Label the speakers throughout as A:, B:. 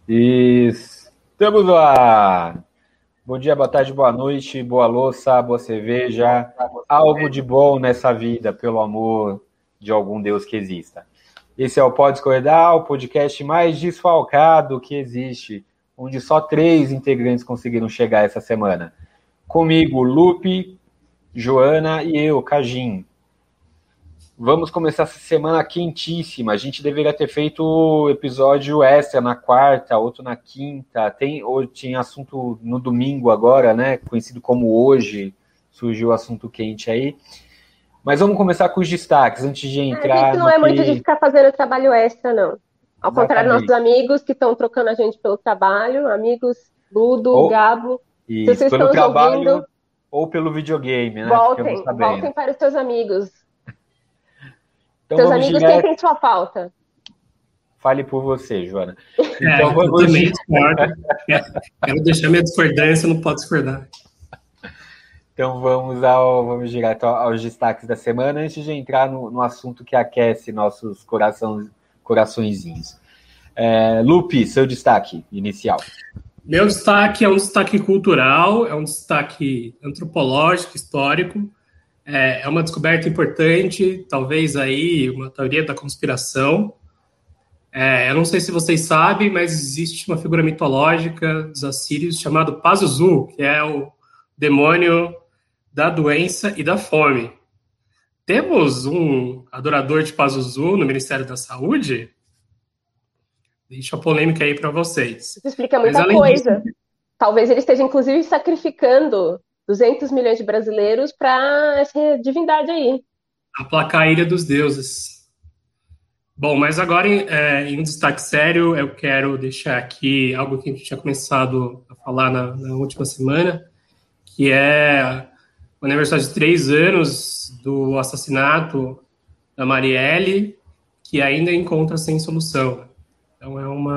A: Estamos lá. Bom dia, boa tarde, boa noite, boa louça, boa cerveja. Algo de bom nessa vida, pelo amor de algum Deus que exista. Esse é o Pode Discordar, o podcast mais desfalcado que existe, onde só 3 integrantes conseguiram chegar essa semana. Comigo, Lupe, Joana e eu, Cajim. Vamos começar essa semana quentíssima. A gente deveria ter feito episódio extra na quarta, outro na quinta. Ou tinha assunto no domingo agora, né? Conhecido como hoje. Surgiu o assunto quente aí. Mas vamos começar com os destaques, antes de entrar.
B: A gente não é muito de ficar fazendo trabalho extra, não. Ao contrário dos nossos
A: Exatamente.
B: amigos que estão trocando a gente pelo trabalho, amigos Ludo, Gabo. Se
A: Isso,
B: vocês
A: pelo
B: estão nos
A: trabalho
B: ouvindo,
A: ou pelo videogame, né? Ficamos
B: voltem
A: sabendo.
B: para os seus amigos.
A: Então
B: Seus
A: vamos
B: amigos
A: direto.
B: sentem sua falta.
A: Fale por você, Joana. Então
C: Eu também discordo. Quero deixar minha discordância, não pode discordar.
A: Então vamos direto aos destaques da semana, antes de entrar no assunto que aquece nossos coraçõezinhos. Lupe, seu destaque inicial.
C: Meu destaque é um destaque cultural, é um destaque antropológico, histórico. É uma descoberta importante, talvez aí uma teoria da conspiração. Eu não sei se vocês sabem, mas existe uma figura mitológica dos assírios chamado Pazuzu, que é o demônio da doença e da fome. Temos um adorador de Pazuzu no Ministério da Saúde? Deixa a polêmica aí para vocês.
B: Isso explica
C: Mas,
B: muita
C: além disso,
B: coisa. Talvez ele esteja, inclusive, sacrificando 200 milhões de brasileiros para essa divindade aí.
C: aplacar a ira dos deuses. Bom, mas agora, em um destaque sério, eu quero deixar aqui algo que a gente tinha começado a falar na última semana, que é o aniversário de 3 anos do assassinato da Marielle, que ainda encontra sem solução. Então,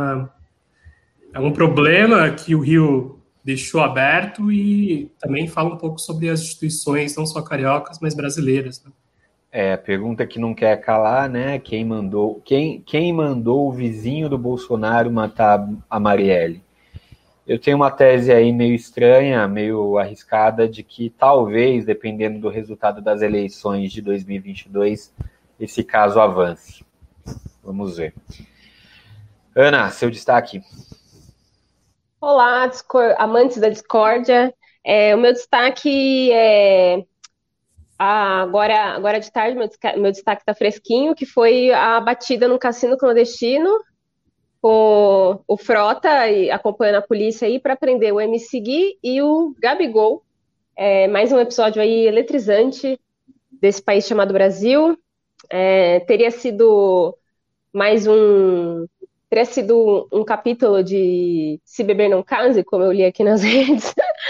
C: é um problema que o Rio deixou aberto e também fala um pouco sobre as instituições, não só cariocas, mas brasileiras. Né?
A: A pergunta que não quer calar, né? Quem mandou o vizinho do Bolsonaro matar a Marielle? Eu tenho uma tese aí meio estranha, meio arriscada, de que talvez, dependendo do resultado das eleições de 2022, esse caso avance. Vamos ver. Ana, seu destaque.
B: Olá, amantes da discórdia. O meu destaque é agora de tarde, meu destaque está fresquinho, que foi a batida no cassino clandestino, com o Frota acompanhando a polícia aí para prender o MC Gui e o Gabigol. Mais um episódio aí eletrizante desse país chamado Brasil. Teria sido um capítulo de Se Beber Não Case, como eu li aqui nas redes,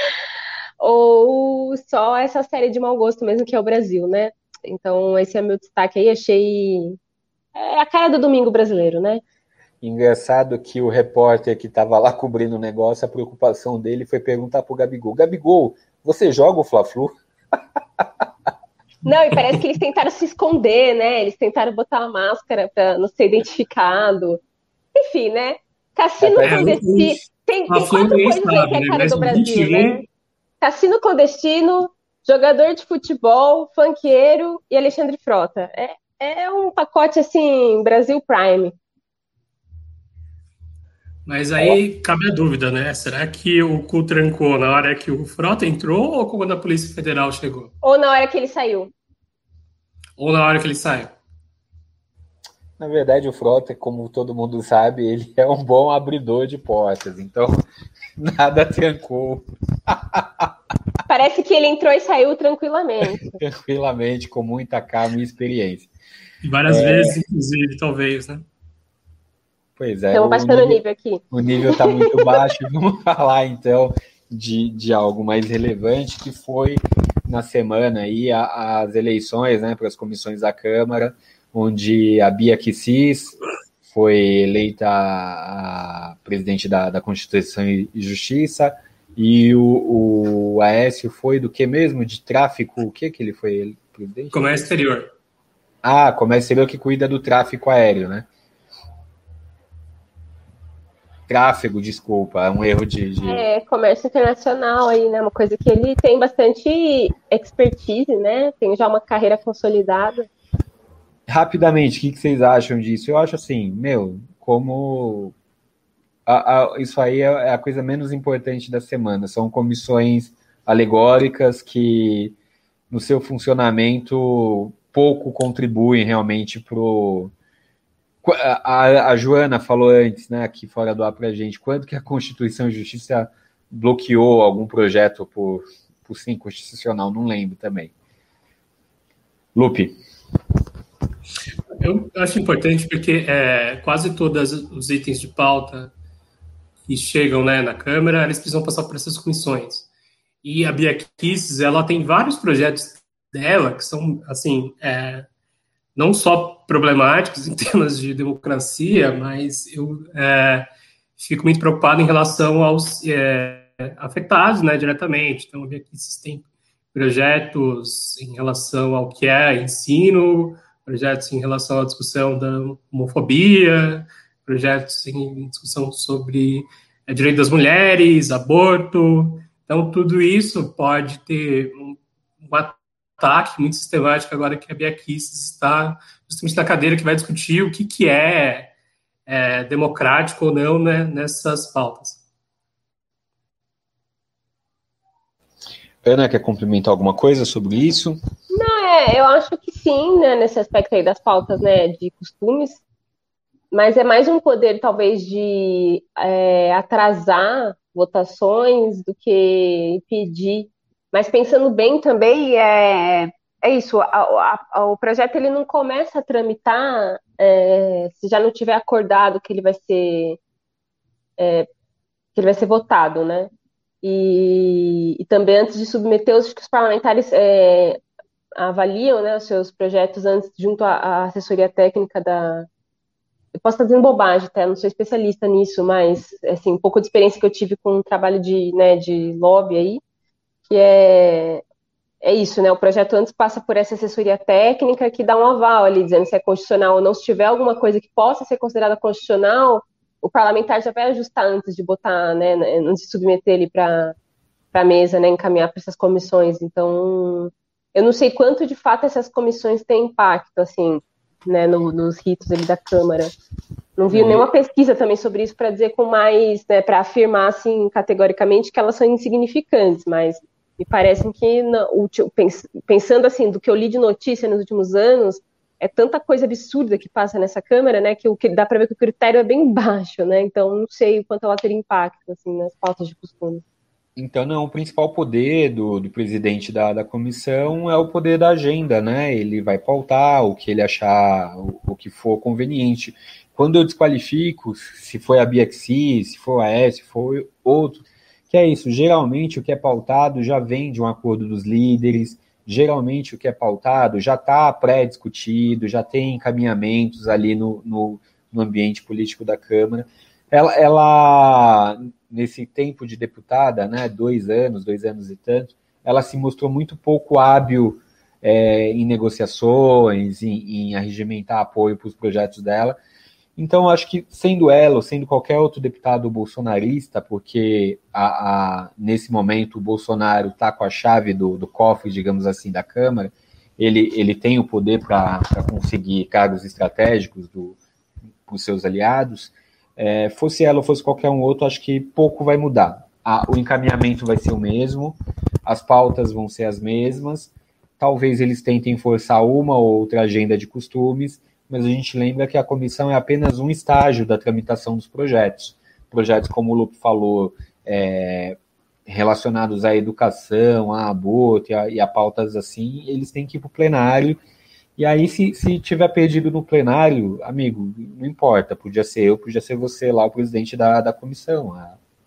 B: ou só essa série de mau gosto mesmo que é o Brasil, né? Então esse é meu destaque aí, achei a cara do domingo brasileiro, né?
A: Engraçado que o repórter que estava lá cobrindo o negócio, a preocupação dele foi perguntar pro Gabigol: Gabigol, você joga o Fla-Flu?
B: Não, e parece que eles tentaram se esconder, né? Eles tentaram botar uma máscara para não ser identificado. Enfim, né? Cassino clandestino. Tem 4 coisas aí que é a cara do Brasil, né? Cassino clandestino, jogador de futebol, funkeiro e Alexandre Frota. É um pacote, assim, Brasil Prime.
C: Mas aí cabe a dúvida, né? Será que o cu trancou na hora que o Frota entrou ou quando a Polícia Federal chegou?
B: Ou na hora que ele saiu.
C: Ou na hora que ele saiu?
A: Na verdade, o Frota, como todo mundo sabe, ele é um bom abridor de portas, então nada trancou.
B: Parece que ele entrou e saiu tranquilamente.
A: Tranquilamente, com muita calma e experiência.
C: Várias vezes, inclusive, talvez, né?
A: Pois é,
B: Estamos baixando o nível aqui.
A: o nível está muito baixo. Vamos falar, então, de algo mais relevante, que foi, na semana, aí, as eleições, né, para as comissões da Câmara, onde a Bia Kicis foi eleita a presidente da Constituição e Justiça, e o Aécio foi do que mesmo? De tráfico, o que ele foi? Presidente?
C: Comércio exterior.
A: Comércio exterior, que cuida do tráfico aéreo, né? tráfego, desculpa, é um erro
B: comércio internacional aí, né? Uma coisa que ele tem bastante expertise, né? Tem já uma carreira consolidada.
A: Rapidamente, o que vocês acham disso? Eu acho assim, como isso aí é a coisa menos importante da semana. São comissões alegóricas que, no seu funcionamento, pouco contribuem realmente para o... A Joana falou antes, né, aqui fora do ar para a gente, quanto que a Constituição e Justiça bloqueou algum projeto por ser inconstitucional, não lembro também. Lupe.
C: Eu acho importante porque quase todos os itens de pauta que chegam, né, na Câmara, eles precisam passar por essas comissões. E a Bia Kicis, ela tem vários projetos dela que são, assim, não só problemáticos em termos de democracia, mas eu fico muito preocupado em relação aos afetados, né, diretamente. Então, a Bia Kicis tem projetos em relação ao que é ensino, projetos em relação à discussão da homofobia, projetos em discussão sobre direito das mulheres, aborto. Então, tudo isso pode ter um ataque muito sistemático agora que a Bia Kicis está justamente na cadeira que vai discutir o que é democrático ou não, né, nessas pautas.
A: Ana, quer complementar alguma coisa sobre isso?
B: Não, eu acho que sim, né, nesse aspecto aí das pautas, né, de costumes, mas é mais um poder, talvez, de atrasar votações do que impedir. Mas pensando bem também, é isso, o projeto ele não começa a tramitar se já não tiver acordado que ele vai ser votado, né? E também antes de submeter, os parlamentares avaliam, né, os seus projetos antes junto à assessoria técnica da... Eu posso estar dizendo bobagem, tá? Eu não sou especialista nisso, mas assim, um pouco de experiência que eu tive com o trabalho de lobby aí, que é isso, né? O projeto antes passa por essa assessoria técnica que dá um aval ali, dizendo se é constitucional ou não. Se tiver alguma coisa que possa ser considerada constitucional, o parlamentar já vai ajustar antes de botar, né? Antes de submeter ele para a mesa, né? Encaminhar para essas comissões. Então, eu não sei quanto de fato essas comissões têm impacto, assim, né? Nos ritos ali da Câmara. Não vi nenhuma pesquisa também sobre isso para dizer com mais, né? Para afirmar, assim, categoricamente que elas são insignificantes, mas me parece que, pensando assim, do que eu li de notícia nos últimos anos, é tanta coisa absurda que passa nessa Câmara, né, que dá para ver que o critério é bem baixo, né, então não sei o quanto ela teria impacto, assim, nas pautas de costume.
A: Então, não, o principal poder do presidente da comissão é o poder da agenda, né, ele vai pautar o que ele achar, o que for conveniente. Quando eu desqualifico, se foi a Bia Kicis, se for a S, se for outro, que é isso, geralmente o que é pautado já vem de um acordo dos líderes, geralmente o que é pautado já está pré-discutido, já tem encaminhamentos ali no ambiente político da Câmara. Ela, nesse tempo de deputada, né, 2 anos e tanto, ela se mostrou muito pouco hábil em negociações, em arregimentar apoio para os projetos dela. Então, acho que sendo ela ou sendo qualquer outro deputado bolsonarista, porque nesse momento o Bolsonaro está com a chave do cofre, digamos assim, da Câmara, ele tem o poder para conseguir cargos estratégicos para os seus aliados, fosse ela ou fosse qualquer um outro, acho que pouco vai mudar. O encaminhamento vai ser o mesmo, as pautas vão ser as mesmas, talvez eles tentem forçar uma ou outra agenda de costumes, mas a gente lembra que a comissão é apenas um estágio da tramitação dos projetos. Projetos, como o Lupe falou, relacionados à educação, a aborto e a pautas assim, eles têm que ir para o plenário. E aí, se tiver perdido no plenário, amigo, não importa, podia ser eu, podia ser você lá, o presidente da comissão.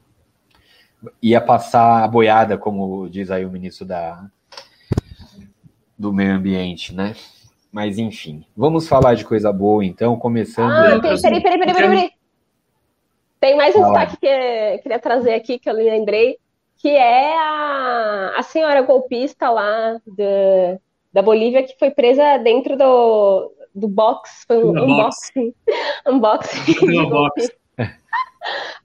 A: Ia passar a boiada, como diz aí o ministro do Meio Ambiente, né? Mas, enfim, vamos falar de coisa boa, então, começando...
B: Peraí. Tem mais um destaque que eu queria trazer aqui, que eu lembrei, que é a senhora golpista lá da Bolívia, que foi presa dentro do box, foi um unboxing de golpista.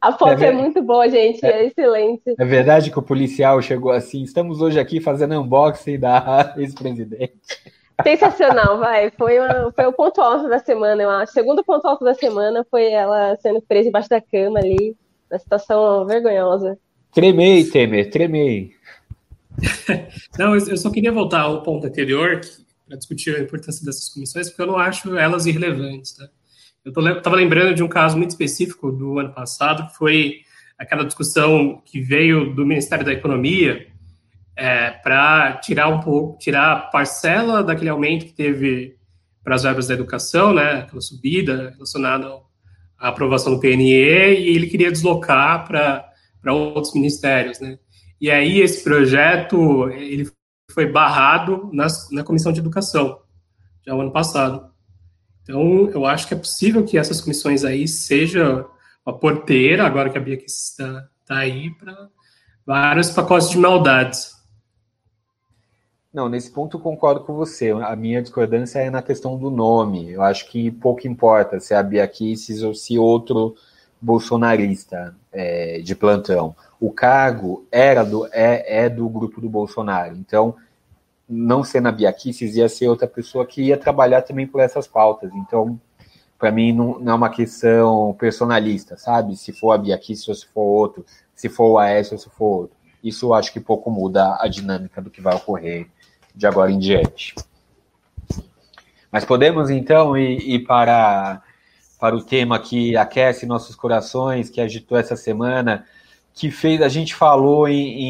B: A foto é muito boa, gente, é excelente.
A: É verdade que o policial chegou assim, estamos hoje aqui fazendo unboxing da ex-presidente.
B: Sensacional, vai. Foi o ponto alto da semana, eu acho. O segundo ponto alto da semana foi ela sendo presa embaixo da cama ali, na situação vergonhosa.
A: Tremei, Temer, tremei.
C: Não, eu só queria voltar ao ponto anterior para discutir a importância dessas comissões, porque eu não acho elas irrelevantes. Tá? Eu estava lembrando de um caso muito específico do ano passado, que foi aquela discussão que veio do Ministério da Economia para tirar parcela daquele aumento que teve para as verbas da educação, né, aquela subida relacionada à aprovação do PNE, e ele queria deslocar para outros ministérios, né? E aí esse projeto ele foi barrado na Comissão de Educação, já o ano passado. Então, eu acho que é possível que essas comissões aí sejam uma porteira, agora que a Bia está aí, para vários pacotes de maldades.
A: Não, nesse ponto eu concordo com você. A minha discordância é na questão do nome. Eu acho que pouco importa se é a Bia Kicis ou se outro bolsonarista de plantão. O cargo é do grupo do Bolsonaro. Então, não sendo a Bia Kicis, ia ser outra pessoa que ia trabalhar também por essas pautas. Então, para mim, não é uma questão personalista, sabe? Se for a Bia Kicis ou se for outro, se for o Aécio ou se for outro. Isso eu acho que pouco muda a dinâmica do que vai ocorrer de agora em diante. Mas podemos, então, ir para o tema que aquece nossos corações, que agitou essa semana, que fez, a gente falou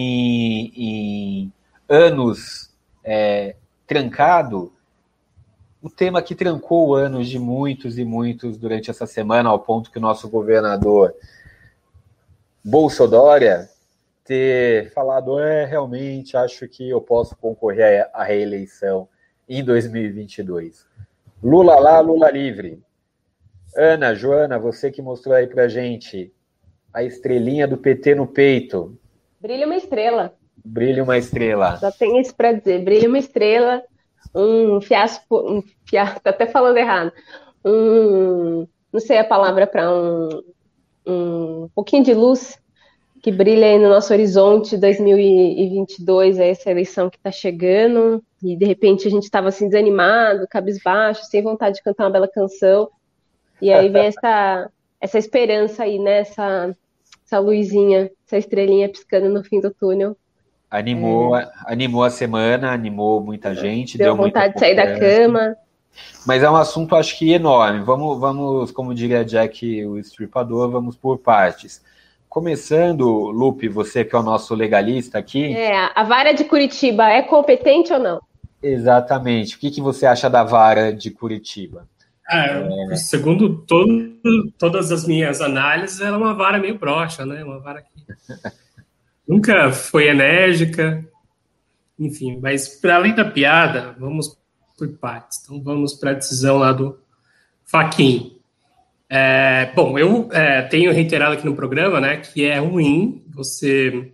A: em anos trancado, o tema que trancou anos de muitos e muitos durante essa semana, ao ponto que o nosso governador Bolsonaro ter falado, realmente acho que eu posso concorrer à reeleição em 2022. Lula lá, Lula livre. Ana, Joana, você que mostrou aí pra gente a estrelinha do PT no peito.
B: Brilha uma estrela.
A: Brilha uma estrela.
B: Só tem isso para dizer. Brilha uma estrela, um fiasco, tô até falando errado. Não sei a palavra para um pouquinho de luz que brilha aí no nosso horizonte 2022, essa eleição que está chegando, e de repente a gente estava assim desanimado, cabisbaixo, sem vontade de cantar uma bela canção, e aí vem essa esperança aí, né? Essa luzinha, essa estrelinha piscando no fim do túnel.
A: Animou a semana, animou muita gente.
B: Deu vontade de sair da cama.
A: Mas é um assunto, acho que, enorme. Vamos, como diria Jack, o estripador, vamos por partes. Começando, Lupe, você que é o nosso legalista aqui.
B: A vara de Curitiba é competente ou não?
A: Exatamente. O que você acha da vara de Curitiba?
C: Segundo todas as minhas análises, ela é uma vara meio broxa, né? Uma vara que nunca foi enérgica. Enfim, mas para além da piada, vamos por partes. Então vamos para a decisão lá do Fachin. Bom, eu tenho reiterado aqui no programa, né, que é ruim você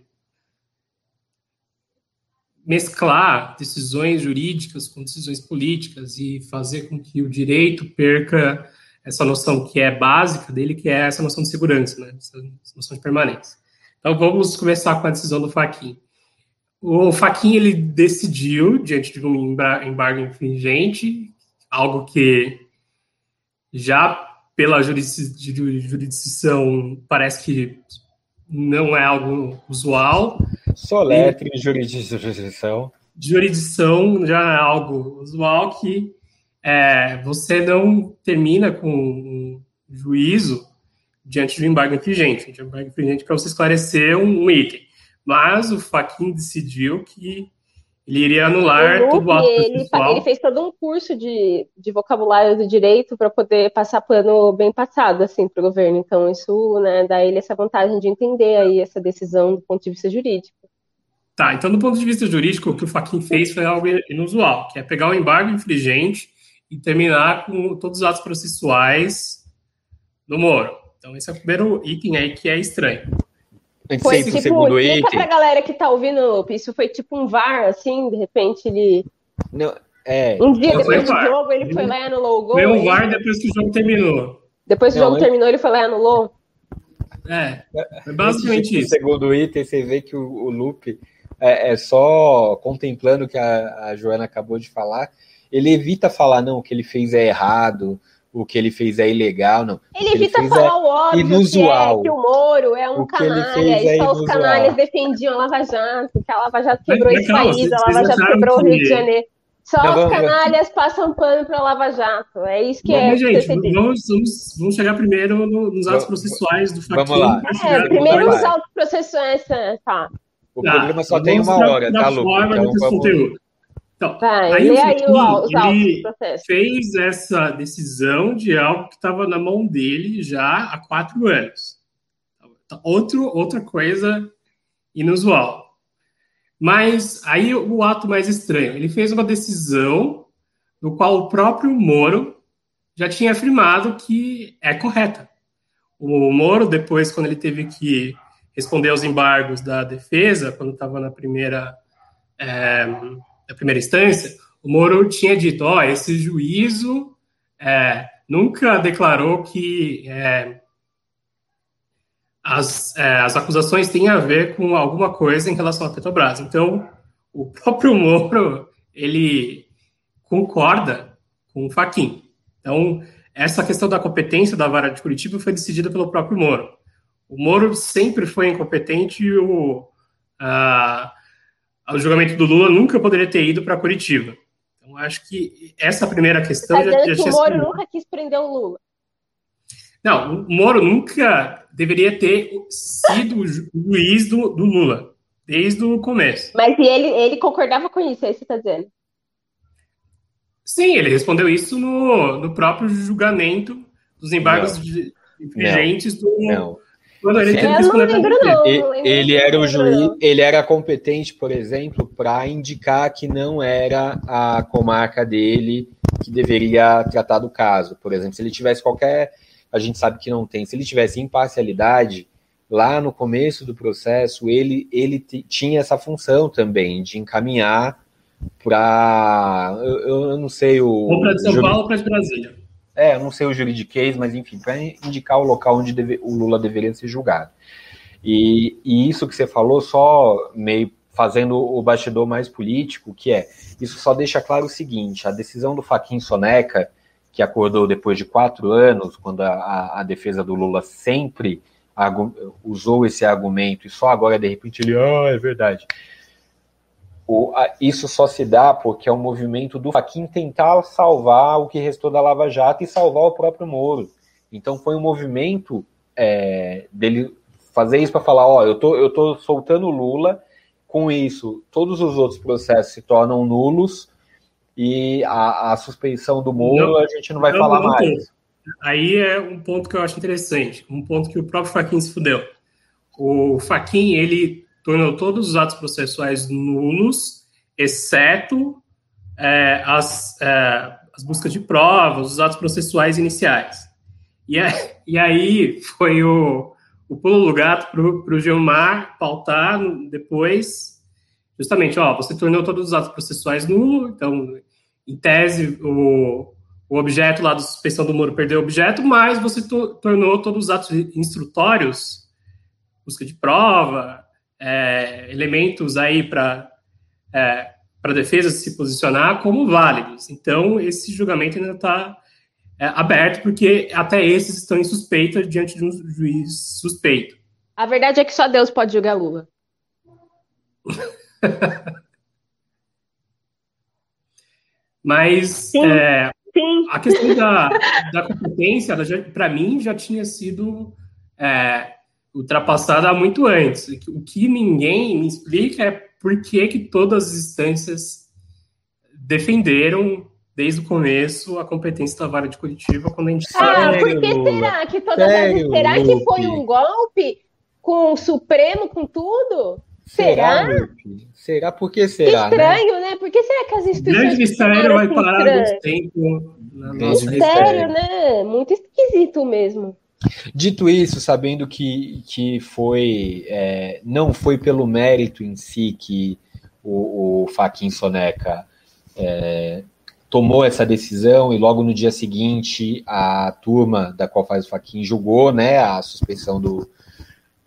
C: mesclar decisões jurídicas com decisões políticas e fazer com que o direito perca essa noção que é básica dele, que é essa noção de segurança, né, essa noção de permanência. Então vamos começar com a decisão do Fachin. O Fachin, ele decidiu, diante de um embargo infringente, algo que já pela jurisdição, parece que não é algo usual.
A: Soletre jurisdição.
C: Jurisdição já é algo usual que você não termina com um juízo diante de um embargo infringente. Um embargo infringente para você esclarecer um item. Mas o Fachin decidiu que ele iria anular todo o ato processual.
B: Ele fez todo um curso de vocabulário do direito para poder passar pano bem passado assim, para o governo. Então, isso, né, dá ele essa vantagem de entender aí essa decisão do ponto de vista jurídico.
C: Tá, então, do ponto de vista jurídico, o que o Fachin fez foi algo inusual, que é pegar o embargo infringente e terminar com todos os atos processuais no Moro. Então, esse é o primeiro item aí que é estranho.
B: Foi tipo, explica pra galera que tá ouvindo, isso foi tipo um VAR, assim, de repente ele...
A: Não,
B: um dia depois do jogo, ele foi lá e anulou o gol.
C: Foi um VAR depois que o jogo terminou.
B: Depois que o jogo terminou, ele foi lá e anulou?
C: É basicamente isso.
A: No segundo item, você vê que o Lupe é só contemplando o que a Joana acabou de falar. Ele evita falar, não, o que ele fez é errado, o que ele fez é ilegal, não.
B: Ele evita falar o óbvio,
A: inusual.
B: Que o Moro é um canalha, e só os canalhas defendiam a Lava Jato, que a Lava Jato quebrou esse país, a Lava Jato quebrou o Rio de Janeiro. Só os canalhas passam pano para a Lava Jato. É isso que
C: Mas, gente, vamos chegar primeiro nos atos processuais do Fachin.
A: Vamos lá.
B: Primeiro nos autos processuais, tá.
A: O programa só tem uma hora, tá, Lu?
C: Então,
B: aí os
C: ele fez essa decisão de algo que estava na mão dele já há 4 anos. Outra coisa inusual. Mas aí o ato mais estranho. Ele fez uma decisão no qual o próprio Moro já tinha afirmado que é correta. O Moro, depois, quando ele teve que responder aos embargos da defesa, quando estava na primeira instância, o Moro tinha dito, esse juízo nunca declarou que as acusações têm a ver com alguma coisa em relação à Petrobras. Então, o próprio Moro, ele concorda com o Fachin. Então, essa questão da competência da vara de Curitiba foi decidida pelo próprio Moro. O Moro sempre foi incompetente e o julgamento do Lula nunca poderia ter ido para Curitiba. Então, acho que essa primeira questão
B: já tinha sido. O Moro nunca quis prender o Lula.
C: Não, o Moro nunca deveria ter sido o juiz do Lula, desde o começo.
B: Mas ele concordava com isso, é isso que você está dizendo?
C: Sim, ele respondeu isso no próprio julgamento dos embargos vigentes do...
A: Não.
C: Quando ele teve que
A: responder ele era o juiz, ele era competente, por exemplo, para indicar que não era a comarca dele que deveria tratar do caso. Por exemplo, se ele tivesse a gente sabe que não tem, se ele tivesse imparcialidade, lá no começo do processo, ele tinha essa função também, de encaminhar para, eu não sei
C: ou para São Paulo ou para Brasília.
A: Eu não sei o juridiquês, mas enfim, para indicar o local onde o Lula deveria ser julgado. E isso que você falou, só meio fazendo o bastidor mais político, isso só deixa claro o seguinte, a decisão do Fachin Soneca, que acordou depois de 4 anos, quando a defesa do Lula sempre usou esse argumento, e só agora, de repente, ele, é verdade. Isso só se dá porque é um movimento do Fachin tentar salvar o que restou da Lava Jato e salvar o próprio Moro. Então foi um movimento dele fazer isso para falar, eu tô soltando o Lula, com isso todos os outros processos se tornam nulos e a suspeição do Moro a gente não vai falar mais.
C: Aí é um ponto que eu acho interessante, um ponto que o próprio Fachin se fudeu. O Fachin, ele tornou todos os atos processuais nulos, exceto as buscas de provas, os atos processuais iniciais. E aí foi o pulo do gato para o Gilmar pautar depois, justamente, você tornou todos os atos processuais nulos, então, em tese, o objeto lá da suspeição do Moro perdeu o objeto, mas você tornou todos os atos instrutórios, busca de prova, elementos aí para a defesa se posicionar como válidos. Então, esse julgamento ainda está aberto, porque até esses estão em suspeita diante de um juiz suspeito.
B: A verdade é que só Deus pode julgar Lula.
C: Mas
B: sim.
C: A questão da competência, para mim, já tinha sido ultrapassada há muito antes. O que ninguém me explica é por que todas as instâncias defenderam, desde o começo, a competência da vara de Curitiba, quando a gente sabe...
B: por que será que todas as... Será que foi um golpe com o Supremo, com tudo? Será?
A: Será? Por que será?
B: Que estranho, né? Por que será que as instituições...
C: Grande mistério vai parar muito tempo.
B: Mistério, né? Muito esquisito mesmo.
A: Dito isso, sabendo que foi, não foi pelo mérito em si que o Fachin Soneca tomou essa decisão e logo no dia seguinte a turma da qual faz o Fachin julgou, né, a suspeição do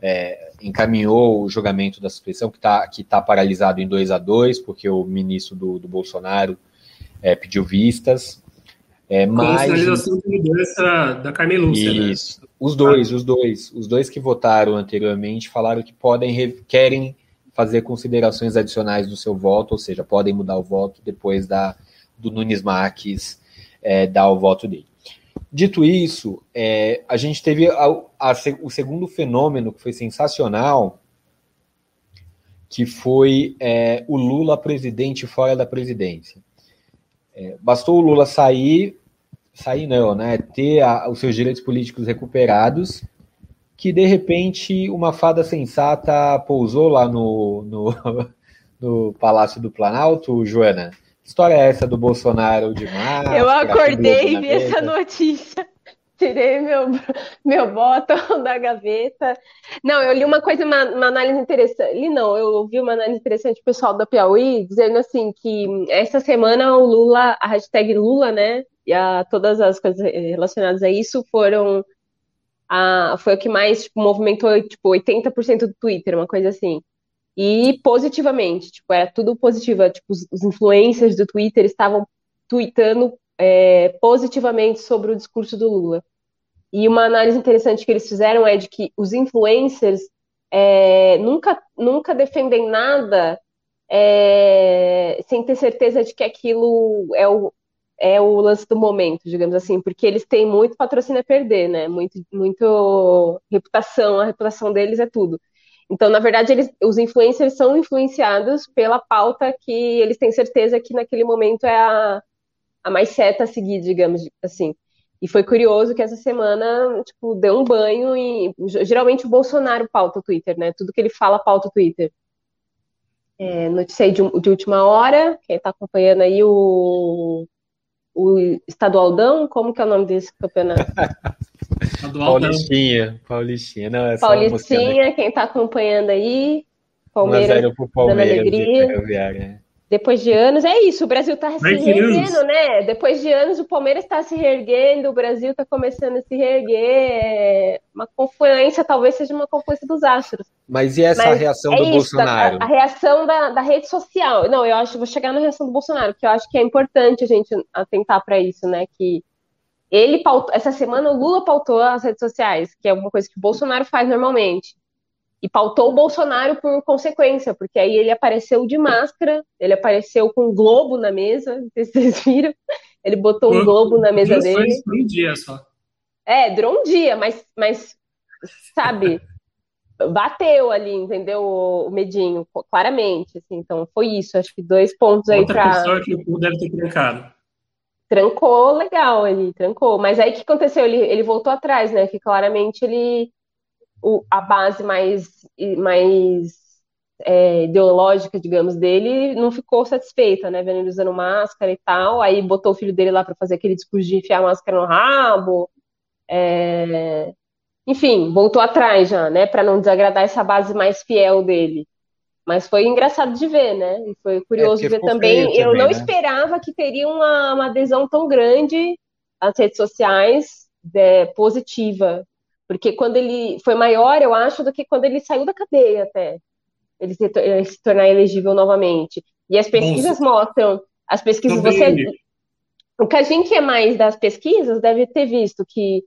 A: encaminhou o julgamento da suspeição, que tá paralisado em 2-2, porque o ministro do Bolsonaro pediu vistas.
C: Com sinalização de liderança da Carmen Lúcia.
A: Isso. Né? Os dois que votaram anteriormente falaram que querem fazer considerações adicionais do seu voto, ou seja, podem mudar o voto depois do Nunes Marques dar o voto dele. Dito isso, a gente teve o segundo fenômeno que foi sensacional, que foi o Lula presidente fora da presidência. Bastou o Lula sair não, né? Ter os seus direitos políticos recuperados, que de repente uma fada sensata pousou lá no Palácio do Planalto, Joana. Que história é essa do Bolsonaro de máscara?
B: Eu acordei e vi essa notícia. Tirei meu botão da gaveta. Não, eu li uma análise interessante. Eu ouvi uma análise interessante do pessoal da Piauí, dizendo assim que essa semana o Lula, a hashtag Lula, né? E todas as coisas relacionadas a isso foi o que mais movimentou 80% do Twitter, uma coisa assim. E positivamente, era tudo positivo. Os influencers do Twitter estavam tweetando positivamente sobre o discurso do Lula. E uma análise interessante que eles fizeram é de que os influencers nunca defendem nada sem ter certeza de que aquilo é o lance do momento, digamos assim, porque eles têm muito patrocínio a perder, né? Muito reputação, a reputação deles é tudo. Então, na verdade, os influencers são influenciados pela pauta que eles têm certeza que naquele momento é a mais certa a seguir, digamos assim. E foi curioso que essa semana, deu um banho e geralmente o Bolsonaro pauta o Twitter, né? Tudo que ele fala pauta o Twitter. Notícia aí de última hora, quem está acompanhando aí o Estadualdão, como que é o nome desse campeonato?
A: Paulistinha. Não, é
B: Paulistinha, quem está acompanhando aí, Palmeiras
A: pro Palmeiras,
B: dando alegria. Depois de anos, é isso, o Brasil está se reerguendo, né? Depois de anos, o Palmeiras está se reerguendo, o Brasil está começando a se reerguer. Uma confluência, talvez seja uma confluência dos astros.
A: Mas e essa reação do Bolsonaro?
B: A reação da rede social. Não, eu acho que vou chegar na reação do Bolsonaro, porque eu acho que é importante a gente atentar para isso, né? Que ele pautou, essa semana o Lula pautou as redes sociais, que é uma coisa que o Bolsonaro faz normalmente. E pautou o Bolsonaro por consequência, porque aí ele apareceu de máscara, ele apareceu com um globo na mesa, não sei se vocês viram, ele botou um globo na mesa dele.
C: Durou um dia só.
B: Durou um dia, mas sabe, bateu ali, entendeu, o medinho, claramente, assim, então foi isso, acho que 2 pontos aí pra...
C: Outra pessoa que o deve ter trancado.
B: Trancou legal, ele trancou, mas aí o que aconteceu? Ele voltou atrás, né, que claramente a base mais ideológica, digamos, dele não ficou satisfeita, né? Vendo ele usando máscara e tal. Aí botou o filho dele lá para fazer aquele discurso de enfiar a máscara no rabo. Enfim, voltou atrás já, né? Para não desagradar essa base mais fiel dele. Mas foi engraçado de ver, né? E foi curioso ver também. Eu não esperava que teria uma adesão tão grande às redes sociais, positiva. Porque quando ele foi maior, eu acho, do que quando ele saiu da cadeia até. Ele se tornar elegível novamente. E as pesquisas mostram, o que a gente é mais das pesquisas deve ter visto que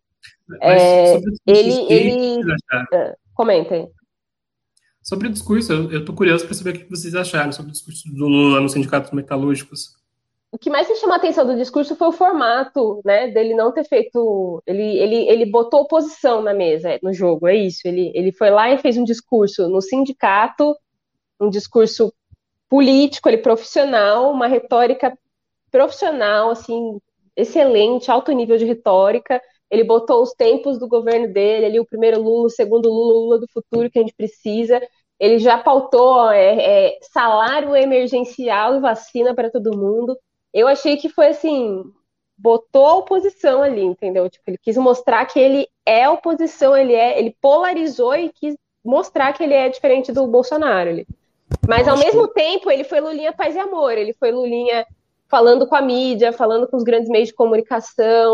B: ele comenta aí.
C: Sobre o discurso, eu tô curioso para saber o que vocês acharam sobre o discurso do Lula nos sindicatos metalúrgicos.
B: O que mais me chamou a atenção do discurso foi o formato, né, dele não ter feito... Ele botou oposição na mesa, no jogo, é isso. Ele foi lá e fez um discurso no sindicato, um discurso político, profissional, uma retórica profissional, assim, excelente, alto nível de retórica. Ele botou os tempos do governo dele, ali o primeiro Lula, o segundo Lula, o Lula do futuro que a gente precisa. Ele já pautou salário emergencial e vacina para todo mundo. Eu achei que foi assim, botou a oposição ali, entendeu? Ele quis mostrar que ele é oposição, ele polarizou e quis mostrar que ele é diferente do Bolsonaro. Mas, ao mesmo tempo, ele foi Lulinha paz e amor, ele foi Lulinha falando com a mídia, falando com os grandes meios de comunicação,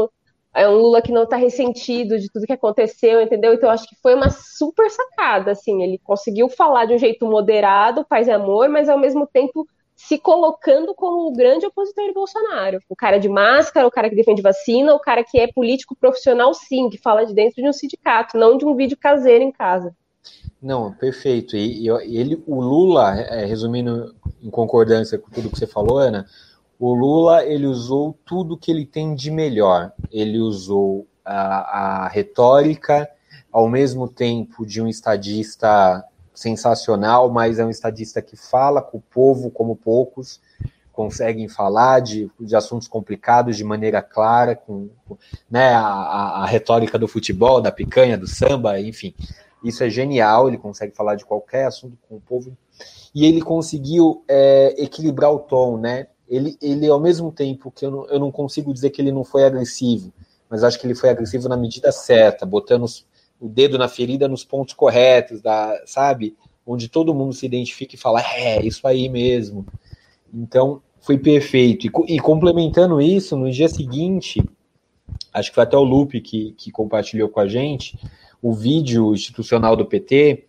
B: é um Lula que não está ressentido de tudo que aconteceu, entendeu? Então, eu acho que foi uma super sacada, assim, ele conseguiu falar de um jeito moderado, paz e amor, mas ao mesmo tempo se colocando como o grande opositor de Bolsonaro. O cara de máscara, o cara que defende vacina, o cara que é político profissional, sim, que fala de dentro de um sindicato, não de um vídeo caseiro em casa.
A: Não, perfeito. E ele, o Lula, resumindo em concordância com tudo que você falou, Ana, o Lula, ele usou tudo que ele tem de melhor. Ele usou a retórica, ao mesmo tempo de um estadista sensacional, mas é um estadista que fala com o povo como poucos conseguem falar de assuntos complicados de maneira clara, né, a retórica do futebol, da picanha, do samba, enfim. Isso é genial, ele consegue falar de qualquer assunto com o povo. E ele conseguiu equilibrar o tom, né? Ele, ao mesmo tempo que eu não consigo dizer que ele não foi agressivo, mas acho que ele foi agressivo na medida certa, botando o dedo na ferida nos pontos corretos, sabe? Onde todo mundo se identifica e fala, isso aí mesmo. Então, foi perfeito. E complementando isso, no dia seguinte, acho que foi até o Lupe que compartilhou com a gente, o vídeo institucional do PT,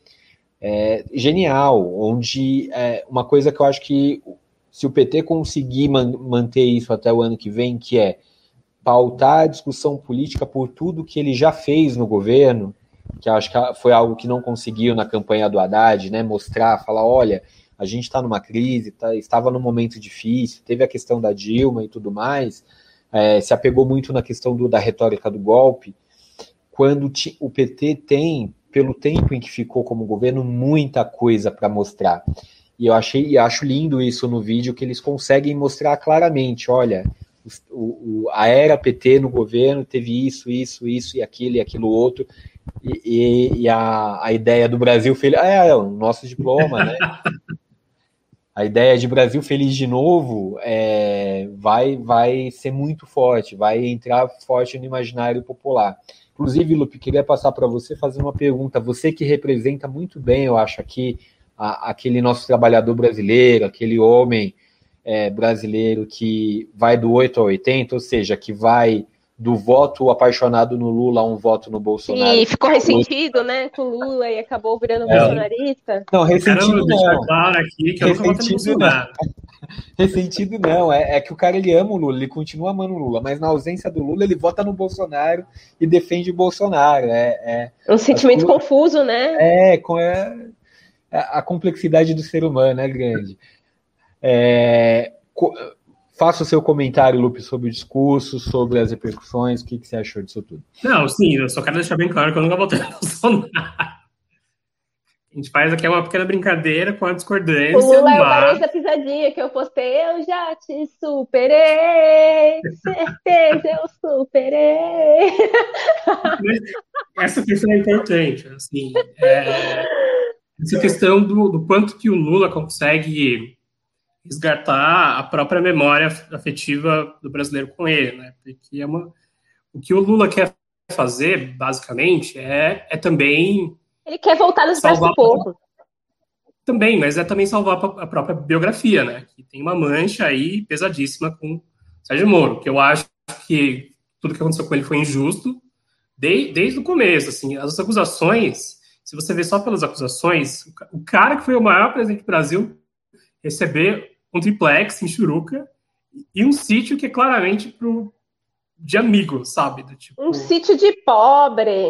A: genial, onde uma coisa que eu acho que se o PT conseguir manter isso até o ano que vem, que é pautar a discussão política por tudo que ele já fez no governo, que eu acho que foi algo que não conseguiu na campanha do Haddad, né, mostrar, falar, olha, a gente está numa crise, estava num momento difícil, teve a questão da Dilma e tudo mais, se apegou muito na questão da retórica do golpe, quando o PT tem, pelo tempo em que ficou como governo, muita coisa para mostrar. E eu acho lindo isso no vídeo, que eles conseguem mostrar claramente, olha, a era PT no governo teve isso e aquilo outro, e a ideia do Brasil feliz, o nosso diploma, né? A ideia de Brasil feliz de novo vai ser muito forte, vai entrar forte no imaginário popular. Inclusive, Lupe, queria passar para você fazer uma pergunta. Você que representa muito bem, eu acho, aqui aquele nosso trabalhador brasileiro, aquele homem brasileiro que vai do 8 ao 80, ou seja, que vai do voto apaixonado no Lula a um voto no Bolsonaro.
B: E ficou ressentido, né, com o Lula e acabou virando bolsonarista.
A: Não, ressentido
C: deixar
A: não.
C: claro aqui que eu nunca votei no Bolsonaro.
A: Ressentido não, é que o cara ele ama o Lula, ele continua amando o Lula, mas na ausência do Lula ele vota no Bolsonaro e defende o Bolsonaro.
B: Um sentimento confuso, né?
A: A complexidade do ser humano é grande. Faça o seu comentário, Lupe, sobre o discurso, sobre as repercussões, o que você achou disso tudo?
C: Não, sim, eu só quero deixar bem claro que eu nunca votei no Bolsonaro. A gente faz aqui uma pequena brincadeira com a discordância.
B: O Lula é o Barões da Pisadinha que eu postei. Eu já te superei, certeza eu superei.
C: Essa questão é importante, assim, essa questão do quanto que o Lula consegue resgatar a própria memória afetiva do brasileiro com ele, né? Porque o que o Lula quer fazer, basicamente, é também...
B: Ele quer voltar nos braços do povo.
C: Também, mas é também salvar a própria biografia, né? Que tem uma mancha aí pesadíssima com Sérgio Moro, que eu acho que tudo que aconteceu com ele foi injusto desde o começo, assim. As acusações, se você ver só pelas acusações, o cara que foi o maior presidente do Brasil receber um triplex em Churuca e um sítio que é claramente de amigo, sabe?
B: Um sítio de pobre.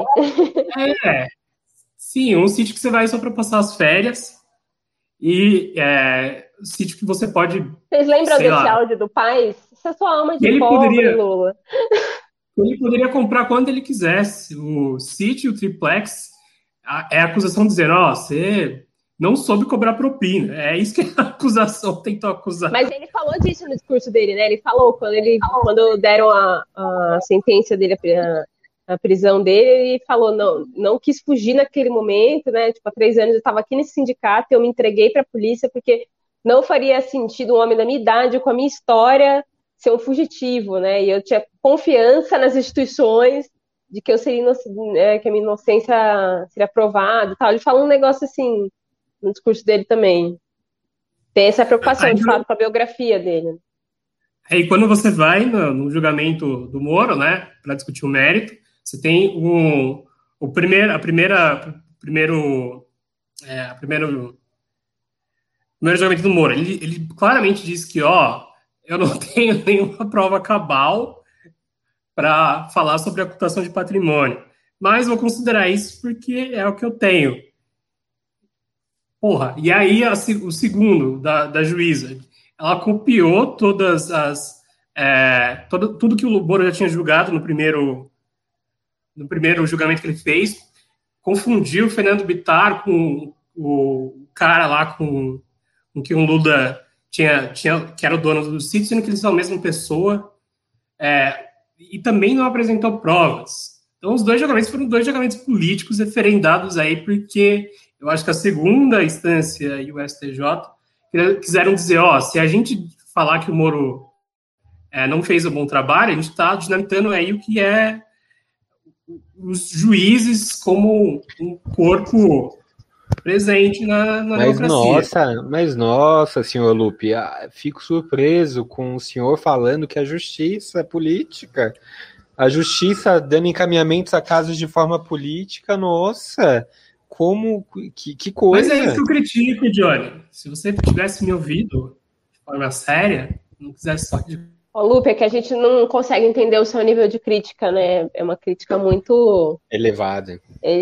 C: Sim, um sítio que você vai só para passar as férias e sítio que você pode...
B: Vocês lembram desse áudio do Paes? Essa é sua alma de pobre, Lula.
C: Ele poderia comprar quando ele quisesse. O sítio, o triplex, é a acusação dizendo, você não soube cobrar propina. É isso que a acusação tentou acusar.
B: Mas ele falou disso no discurso dele, né? Ele falou, quando deram a sentença dele, a prisão dele, ele falou, não quis fugir naquele momento, né? Tipo, há 3 anos eu estava aqui nesse sindicato, eu me entreguei para a polícia porque não faria sentido um homem da minha idade, com a minha história, ser um fugitivo, né? E eu tinha confiança nas instituições de que eu seria que a minha inocência seria provada e tal. Ele fala um negócio assim no discurso dele também. Tem essa preocupação, de fato, com a biografia dele.
C: Aí, quando você vai no julgamento do Moro, né, para discutir o mérito, você tem primeiro julgamento do Moro. Ele claramente diz que, eu não tenho nenhuma prova cabal para falar sobre a ocultação de patrimônio, mas vou considerar isso porque é o que eu tenho. Porra, e aí o segundo da juíza, ela copiou todas tudo que o Moro já tinha julgado no primeiro julgamento que ele fez, confundiu o Fernando Bittar com o cara lá com que o Lula tinha, que era o dono do sítio, sendo que eles são a mesma pessoa, e também não apresentou provas. Então, os dois julgamentos foram dois julgamentos políticos referendados aí, porque eu acho que a segunda instância e o STJ quiseram dizer, se a gente falar que o Moro não fez um bom trabalho, a gente está dinamitando aí o que é os juízes como um corpo presente na democracia.
A: Mas nossa, senhor Lupe, fico surpreso com o senhor falando que a justiça é política, a justiça dando encaminhamentos a casos de forma política, nossa, que coisa.
C: Mas é isso que eu critico, Johnny. Se você tivesse me ouvido de forma séria, não quisesse só de...
B: Lupe, é que a gente não consegue entender o seu nível de crítica, né? É uma crítica muito...
A: elevada,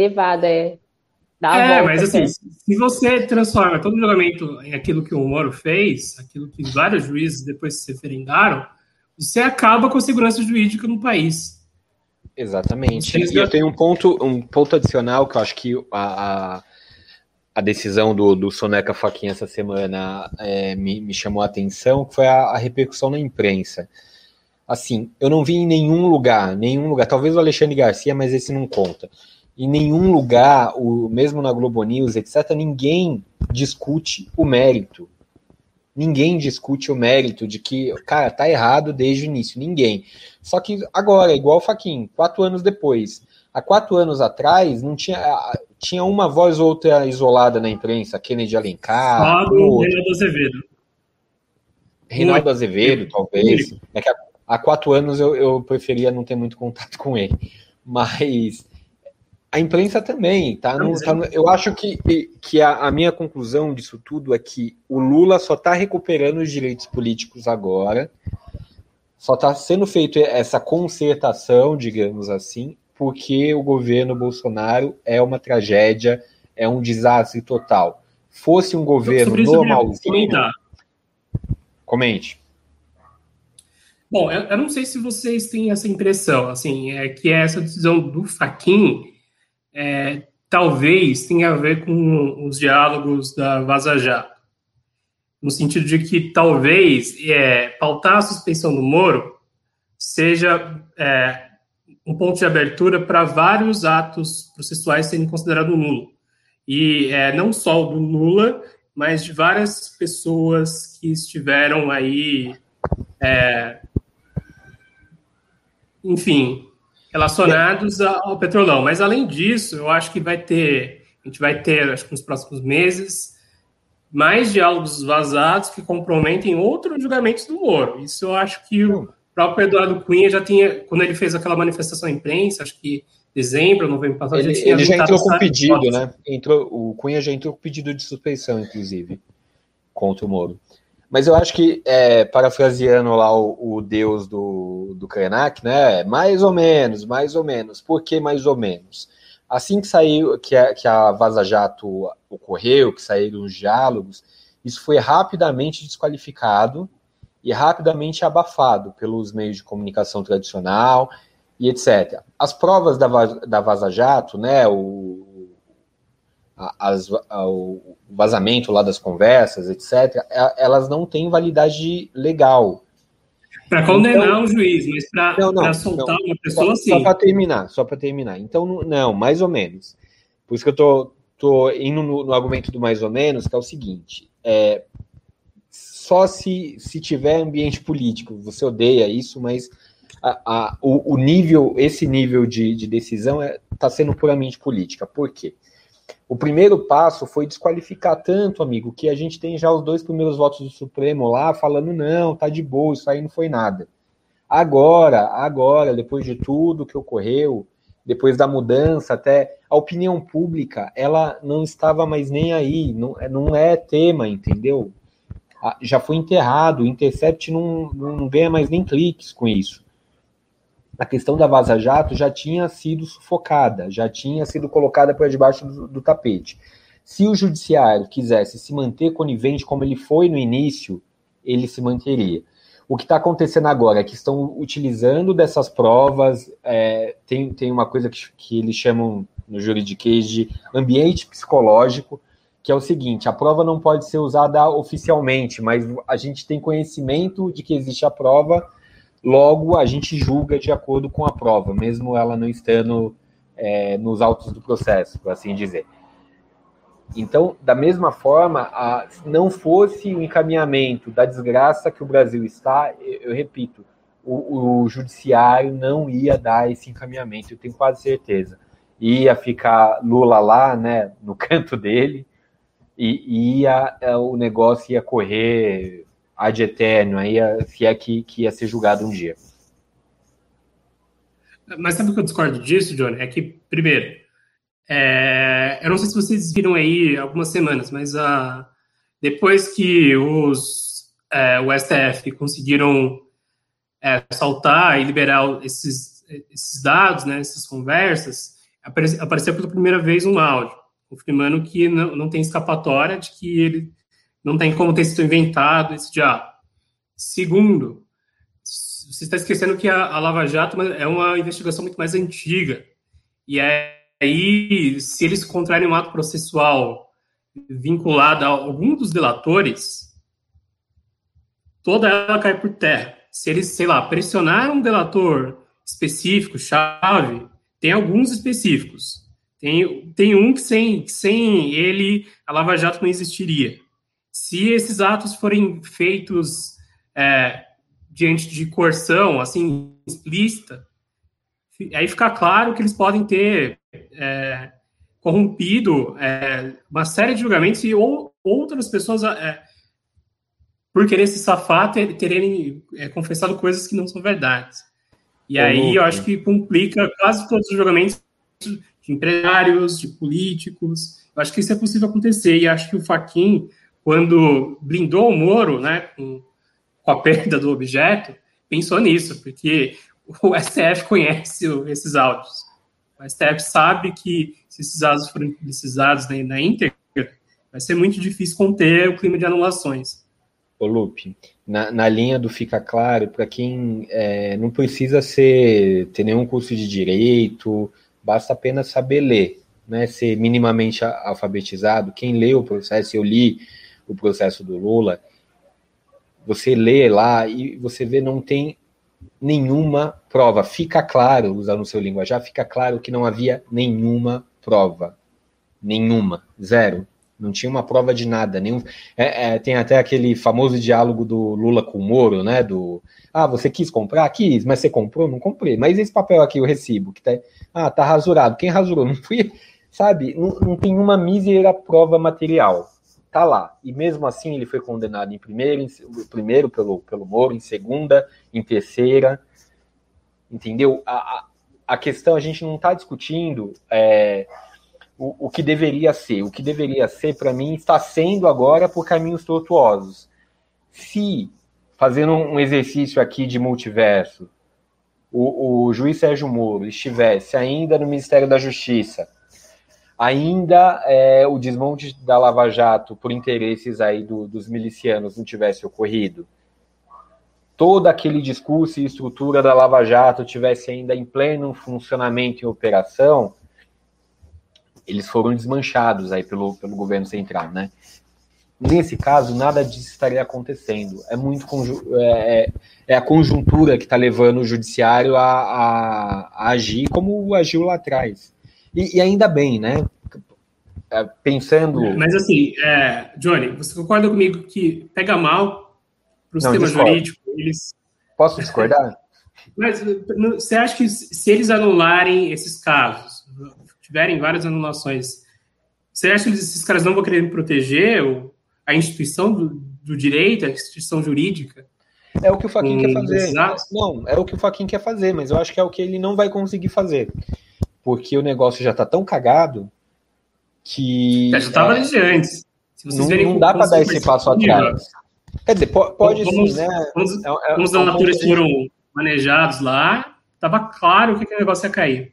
C: mas assim, se você transforma todo o julgamento em aquilo que o Moro fez, aquilo que vários juízes depois se referendaram, você acaba com a segurança jurídica no país.
A: Exatamente. E eu tenho um ponto adicional que eu acho que a decisão do Soneca Fachim essa semana me chamou a atenção, que foi a repercussão na imprensa. Assim, eu não vi em nenhum lugar, talvez o Alexandre Garcia, mas esse não conta. Em nenhum lugar, mesmo na Globo News, etc., ninguém discute o mérito. Ninguém discute o mérito de que, cara, tá errado desde o início. Ninguém. Só que agora, igual o Fachim, 4 anos depois. Há 4 anos atrás, não tinha uma voz ou outra isolada na imprensa, Kennedy Alencar.
C: Reinaldo Azevedo.
A: Reinaldo Azevedo, talvez. É que há 4 anos eu preferia não ter muito contato com ele. Mas a imprensa também, tá? Eu acho que a minha conclusão disso tudo é que o Lula só está recuperando os direitos políticos agora, só está sendo feita essa concertação, digamos assim, porque o governo Bolsonaro é uma tragédia, é um desastre total. Fosse um governo normalzinho... Comente.
C: Bom, eu não sei se vocês têm essa impressão, assim, que essa decisão do Fachim talvez tenha a ver com os diálogos da Vaza Jato, no sentido de que talvez pautar a suspeição do Moro seja um ponto de abertura para vários atos processuais serem considerados nulo. E não só do Lula, mas de várias pessoas que estiveram aí, enfim, relacionados ao Petrolão. Mas, além disso, eu acho que a gente vai ter, acho que nos próximos meses, mais diálogos vazados que comprometem outros julgamentos do Moro. Isso eu acho que o próprio Eduardo Cunha já tinha, quando ele fez aquela manifestação à imprensa, acho que dezembro, novembro passado,
A: ele já entrou com pedido, né? O Cunha já entrou com pedido de suspeição, inclusive, contra o Moro. Mas eu acho que, parafraseando lá o deus do Krenak, né? Mais ou menos. Por que mais ou menos? Assim que saiu, que a Vaza Jato ocorreu, que saíram os diálogos, isso foi rapidamente desqualificado e rapidamente abafado pelos meios de comunicação tradicional e etc. As provas da Vaza Jato, né? O vazamento lá das conversas, etc., elas não têm validade legal.
C: Para condenar o juiz, mas para soltar uma pessoa, sim.
A: Só para terminar. Então, não, mais ou menos. Por isso que eu tô indo no argumento do mais ou menos, que é o seguinte, só se tiver ambiente político, você odeia isso, mas esse nível de decisão está sendo puramente política. Por quê? O primeiro passo foi desqualificar tanto, amigo, que a gente tem já os 2 primeiros votos do Supremo lá falando, não, tá de boa, isso aí não foi nada. Agora, depois de tudo que ocorreu, depois da mudança, até a opinião pública, ela não estava mais nem aí, não é tema, entendeu? Já foi enterrado, o Intercept não ganha mais nem cliques com isso. A questão da Vaza Jato já tinha sido sufocada, já tinha sido colocada por debaixo do tapete. Se o judiciário quisesse se manter conivente como ele foi no início, ele se manteria. O que está acontecendo agora é que estão utilizando dessas provas, tem uma coisa que eles chamam no juridiquês de ambiente psicológico, que é o seguinte, a prova não pode ser usada oficialmente, mas a gente tem conhecimento de que existe a prova, logo a gente julga de acordo com a prova, mesmo ela não estando nos autos do processo, por assim dizer. Então, da mesma forma, se não fosse o encaminhamento da desgraça que o Brasil está, eu repito, o judiciário não ia dar esse encaminhamento, eu tenho quase certeza. Ia ficar Lula lá, né, no canto dele, e o negócio ia correr ad eterno, se é que ia ser julgado um dia.
C: Mas sabe o que eu discordo disso, Johnny? É que, primeiro, eu não sei se vocês viram aí algumas semanas, mas depois que o STF conseguiram soltar e liberar esses dados, né, essas conversas, apareceu pela primeira vez um áudio, confirmando que não tem escapatória, de que ele não tem como ter sido inventado esse diabo. Segundo, você está esquecendo que a Lava Jato é uma investigação muito mais antiga. E aí, se eles encontrarem um ato processual vinculado a algum dos delatores, toda ela cai por terra. Se eles, sei lá, pressionaram um delator específico, chave, tem alguns específicos. Tem um que sem ele, a Lava Jato não existiria. Se esses atos forem feitos diante de coerção, assim, explícita, aí fica claro que eles podem ter corrompido uma série de julgamentos e outras pessoas, por querer se safar, terem confessado coisas que não são verdades. E aí eu acho que complica quase todos os julgamentos de empresários, de políticos. Eu acho que isso é possível acontecer. E acho que o Fachin, quando blindou o Moro, né, com a perda do objeto, pensou nisso, porque o STF conhece esses áudios. O STF sabe que se esses áudios forem precisados na íntegra, vai ser muito difícil conter o clima de anulações.
A: Ô Lupe, na linha do fica claro, para quem não precisa ter nenhum curso de direito, basta apenas saber ler, né, ser minimamente alfabetizado. Quem lê o processo, eu li o processo do Lula, você lê lá e você vê não tem nenhuma prova. Fica claro, usando o seu linguajar, fica claro que não havia nenhuma prova. Nenhuma. Zero. Não tinha uma prova de nada. Tem até aquele famoso diálogo do Lula com o Moro, né? Você quis comprar? Quis, mas você comprou? Não comprei. Mas esse papel aqui, o recibo, que tá rasurado. Quem rasurou? Não fui, sabe? Não tem uma mísera prova material. Tá lá. E mesmo assim ele foi condenado em primeiro pelo Moro, em segunda, em terceira. Entendeu? A questão, a gente não está discutindo o que deveria ser. O que deveria ser, para mim, está sendo agora por caminhos tortuosos. Se, fazendo um exercício aqui de multiverso, o juiz Sérgio Moro estivesse ainda no Ministério da Justiça, ainda o desmonte da Lava Jato por interesses aí dos milicianos não tivesse ocorrido, todo aquele discurso e estrutura da Lava Jato tivesse ainda em pleno funcionamento e operação, eles foram desmanchados aí pelo governo central, né? Nesse caso, nada disso estaria acontecendo. É a conjuntura que está levando o judiciário a agir como agiu lá atrás. E ainda bem, né? Pensando...
C: Mas assim, Johnny, você concorda comigo que pega mal para o sistema jurídico?
A: Posso discordar?
C: Mas você acha que se eles anularem esses casos, tiverem várias anulações, Você acha que esses caras não vão querer proteger a instituição do direito, a instituição jurídica?
A: É o que o Fachin quer fazer. Não, é o que o Fachin quer fazer, mas eu acho que é o que ele não vai conseguir fazer. Porque o negócio já tá tão cagado que...
C: Já estava desde antes.
A: Se vocês não dá para dar esse passo atrás. Quer dizer, pode sim, né?
C: Como os donatores foram manejados lá, estava claro que aquele negócio ia cair.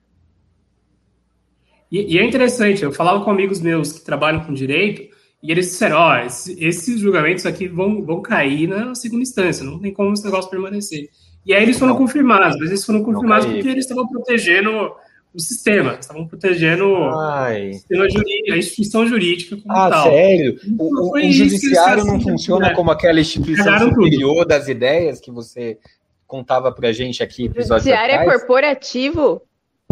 C: E é interessante, eu falava com amigos meus que trabalham com direito, e eles disseram, esses julgamentos aqui vão cair na segunda instância, não tem como esse negócio permanecer. E aí eles foram confirmados, mas eles foram confirmados porque eles estavam protegendo o sistema, estavam protegendo a instituição jurídica como tal.
A: Ah, sério? O judiciário não funciona como aquela instituição superior das ideias que você contava pra gente aqui.
B: O judiciário é corporativo?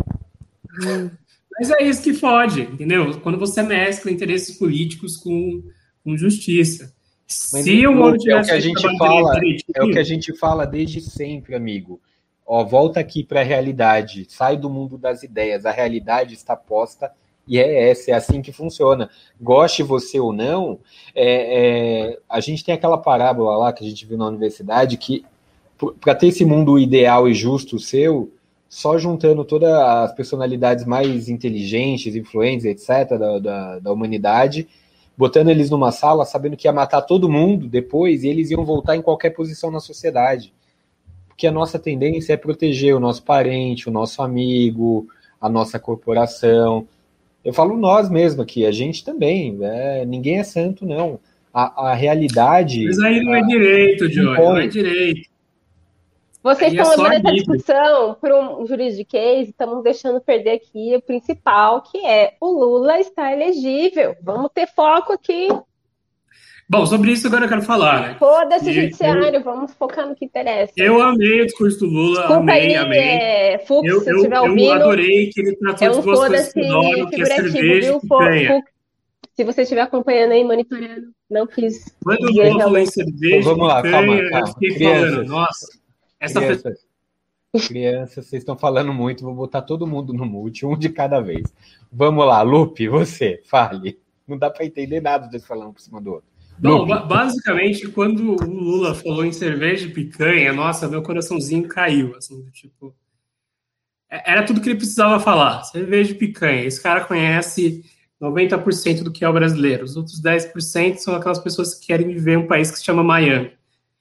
C: Mas é isso que fode, entendeu? Quando você mescla interesses políticos com justiça.
A: Mas se o mundo é o que a gente fala, é o que a gente fala desde sempre, amigo. Volta aqui para a realidade, sai do mundo das ideias, a realidade está posta e é assim que funciona. Goste você ou não, a gente tem aquela parábola lá que a gente viu na universidade que para ter esse mundo ideal e justo seu, só juntando todas as personalidades mais inteligentes, influentes, etc., da humanidade, botando eles numa sala, sabendo que ia matar todo mundo depois, e eles iam voltar em qualquer posição na sociedade. Porque a nossa tendência é proteger o nosso parente, o nosso amigo, a nossa corporação. Eu falo nós mesmo aqui, a gente também, ninguém é santo, não. A realidade...
C: Mas aí não é direito, Joey, não é direito.
B: Vocês estão levando essa discussão para um juridiquês, estamos deixando perder aqui o principal, que é o Lula está elegível. Vamos ter foco aqui.
C: Bom, sobre isso agora eu quero falar, né?
B: Foda-se o judiciário, vamos focar no que interessa.
C: Eu amei o discurso do Lula, amei.
B: Fux, se estiver ouvindo,
C: eu adorei que ele tratou de duas coisas que eu adoro, que é cerveja e picanha.
B: Se você estiver acompanhando aí, monitorando, não quis
C: Quando o Lula falou em cerveja
A: vamos lá, calma.
C: Eu fiquei falando, nossa...
A: Crianças, vocês estão falando muito, vou botar todo mundo no mute, um de cada vez. Vamos lá, Lupe, você, fale. Não dá para entender nada deles falando por cima do outro.
C: Bom, basicamente, quando o Lula falou em cerveja e picanha, nossa, meu coraçãozinho caiu, assim, tipo... Era tudo que ele precisava falar, cerveja e picanha. Esse cara conhece 90% do que é o brasileiro. Os outros 10% são aquelas pessoas que querem viver em um país que se chama Miami.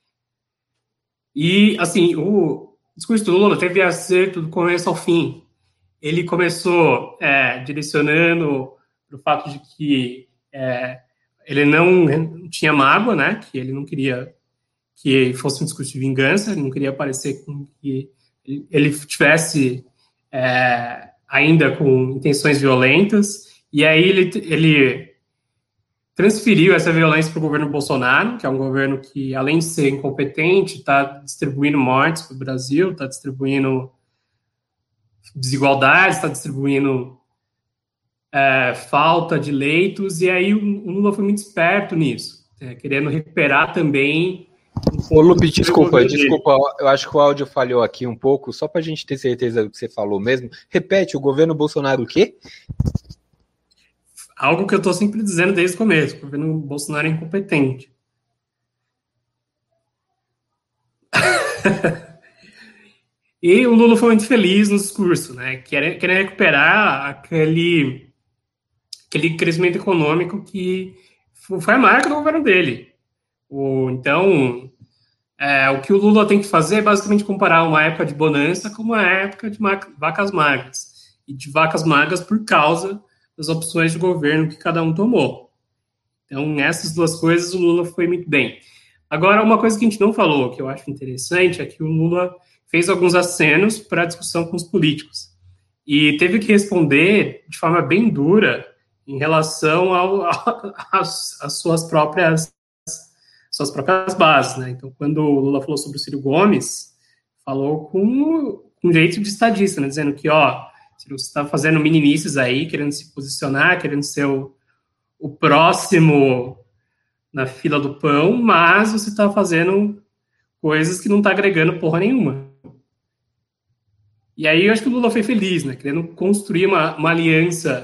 C: E, assim, o discurso do Lula teve acerto do começo ao fim. Ele começou direcionando para o fato de que ele não tinha mágoa, né? Que ele não queria que fosse um discurso de vingança, ele não queria parecer com que ele tivesse ainda com intenções violentas. E aí ele transferiu essa violência para o governo Bolsonaro, que é um governo que, além de ser incompetente, está distribuindo mortes para o Brasil, está distribuindo desigualdades, está distribuindo falta de leitos, e aí o Lula foi muito esperto nisso, querendo recuperar também...
A: Ô, Lupe, desculpa, eu acho que o áudio falhou aqui um pouco, só para a gente ter certeza do que você falou mesmo. Repete, o governo Bolsonaro o quê?
C: Algo que eu estou sempre dizendo desde o começo, o governo Bolsonaro é incompetente. E o Lula foi muito feliz no discurso, né? Querendo recuperar aquele crescimento econômico que foi a marca do governo dele. Então, o que o Lula tem que fazer é basicamente comparar uma época de bonança com uma época de vacas magras. E de vacas magras por causa das opções de governo que cada um tomou. Então, essas duas coisas o Lula foi muito bem. Agora, uma coisa que a gente não falou, que eu acho interessante, é que o Lula fez alguns acenos para a discussão com os políticos. E teve que responder de forma bem dura em relação às suas próprias bases, né? Então, quando o Lula falou sobre o Ciro Gomes, falou com um jeito de estadista, né? Dizendo que, você está fazendo meninices aí, querendo se posicionar, querendo ser o próximo na fila do pão, mas você está fazendo coisas que não está agregando porra nenhuma. E aí eu acho que o Lula foi feliz, né? Querendo construir uma aliança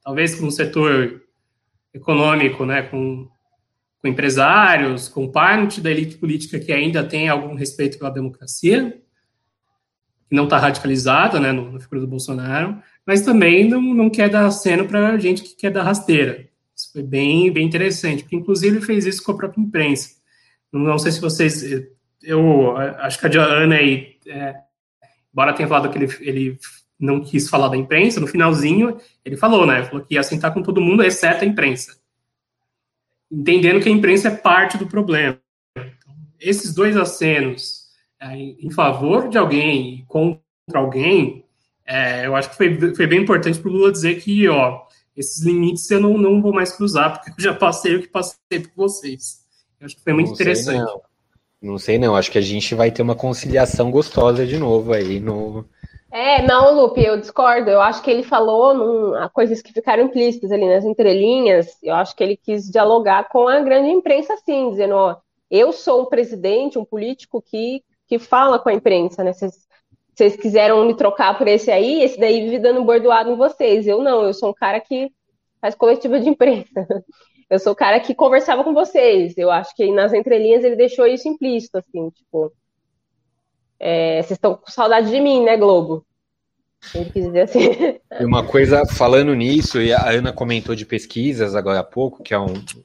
C: talvez com o setor econômico, né, com empresários, com parte da elite política que ainda tem algum respeito pela democracia, que não está radicalizada, né, no figura do Bolsonaro, mas também não quer dar aceno para gente que quer dar rasteira. Isso foi bem, bem interessante, porque inclusive ele fez isso com a própria imprensa. Não sei se vocês... Eu acho que a Ana aí, embora tenha falado que ele não quis falar da imprensa, no finalzinho ele falou, né? Ele falou que ia sentar com todo mundo, exceto a imprensa. Entendendo que a imprensa é parte do problema. Então, esses dois acenos em favor de alguém e contra alguém, eu acho que foi bem importante para o Lula dizer que, esses limites eu não vou mais cruzar, porque eu já passei o que passei por vocês. Eu acho que foi muito interessante.
A: Não sei não, acho que a gente vai ter uma conciliação gostosa de novo aí no...
B: Não, Lupe, eu discordo. Eu acho que ele falou coisas que ficaram implícitas ali nas entrelinhas. Eu acho que ele quis dialogar com a grande imprensa, assim, dizendo, eu sou um presidente, um político que fala com a imprensa, né? Vocês quiseram me trocar por esse daí vive dando bordoado em vocês. Eu não, eu sou um cara que faz coletiva de imprensa. Eu sou o cara que conversava com vocês. Eu acho que nas entrelinhas ele deixou isso implícito, assim, tipo... vocês estão com saudade de mim, né, Globo? Ele quis dizer assim.
A: E uma coisa, falando nisso, e a Ana comentou de pesquisas agora há pouco, que é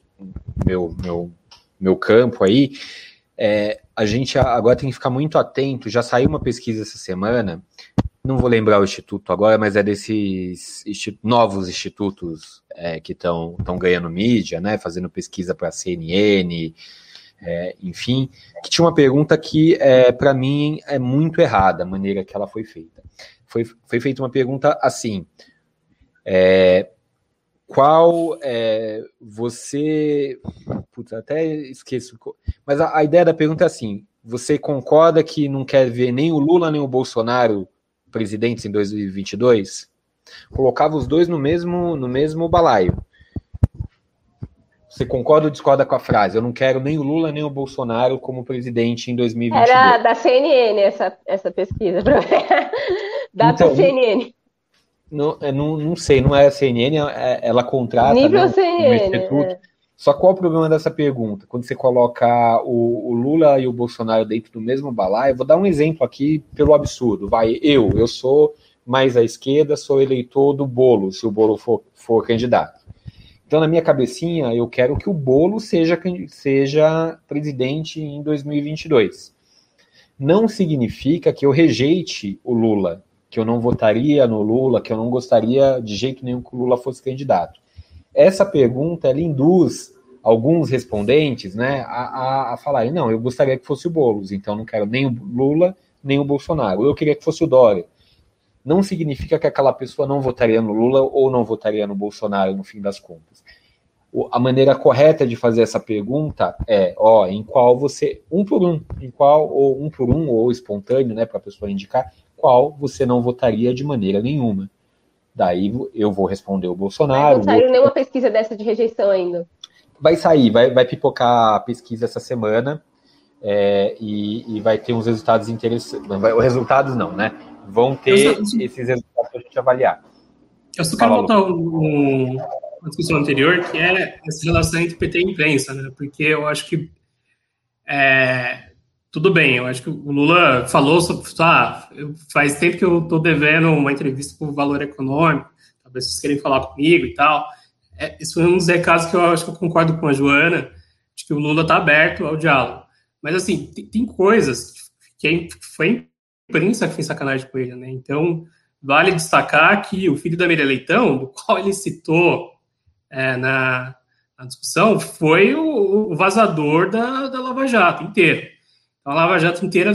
A: meu campo aí, a gente agora tem que ficar muito atento. Já saiu uma pesquisa essa semana, não vou lembrar o instituto agora, mas é desses novos institutos que estão ganhando mídia, né, fazendo pesquisa para a CNN, enfim, que tinha uma pergunta que, para mim, é muito errada a maneira que ela foi feita. Foi feita uma pergunta assim, qual você... Putz, até esqueço, mas a ideia da pergunta é assim, você concorda que não quer ver nem o Lula nem o Bolsonaro presidentes em 2022? Colocava os dois no mesmo balaio. Você concorda ou discorda com a frase? Eu não quero nem o Lula nem o Bolsonaro como presidente em 2022.
B: Era da CNN essa pesquisa.
A: Então,
B: CNN.
A: Não sei, não é a CNN, ela contrata
B: nível
A: um
B: CNN,
A: instituto. Só qual o problema dessa pergunta? Quando você coloca o Lula e o Bolsonaro dentro do mesmo balaio, eu vou dar um exemplo aqui pelo absurdo. Eu sou mais à esquerda, sou eleitor do Bolo, se o Bolo for candidato. Então, na minha cabecinha, eu quero que o Bolo seja presidente em 2022. Não significa que eu rejeite o Lula, que eu não votaria no Lula, que eu não gostaria de jeito nenhum que o Lula fosse candidato. Essa pergunta, ela induz alguns respondentes, né, a falarem, não, eu gostaria que fosse o Boulos, então não quero nem o Lula, nem o Bolsonaro. Eu queria que fosse o Dória. Não significa que aquela pessoa não votaria no Lula ou não votaria no Bolsonaro, no fim das contas. A maneira correta de fazer essa pergunta em qual você, um por um, ou espontâneo, né, para a pessoa indicar, qual você não votaria de maneira nenhuma. Daí eu vou responder o Bolsonaro.
B: Não saiu nenhuma pesquisa dessa de rejeição ainda.
A: Vai sair, vai pipocar a pesquisa essa semana, e vai ter uns resultados interessantes. Resultados não, né? Vão ter esses resultados para a gente avaliar.
C: Eu só quero voltar uma discussão anterior, que é essa relação entre PT e imprensa, né? Porque eu acho que tudo bem, eu acho que o Lula falou sobre... faz tempo que eu estou devendo uma entrevista por Valor Econômico, talvez vocês querem falar comigo e tal. Isso foi um dos recados que eu acho que eu concordo com a Joana, de que o Lula está aberto ao diálogo. Mas, assim, tem coisas que foi a imprensa que fez sacanagem com ele, né? Então, vale destacar que o filho da Miriam Leitão, do qual ele citou na discussão, foi o vazador da Lava Jato inteiro. Então, a Lava Jato inteira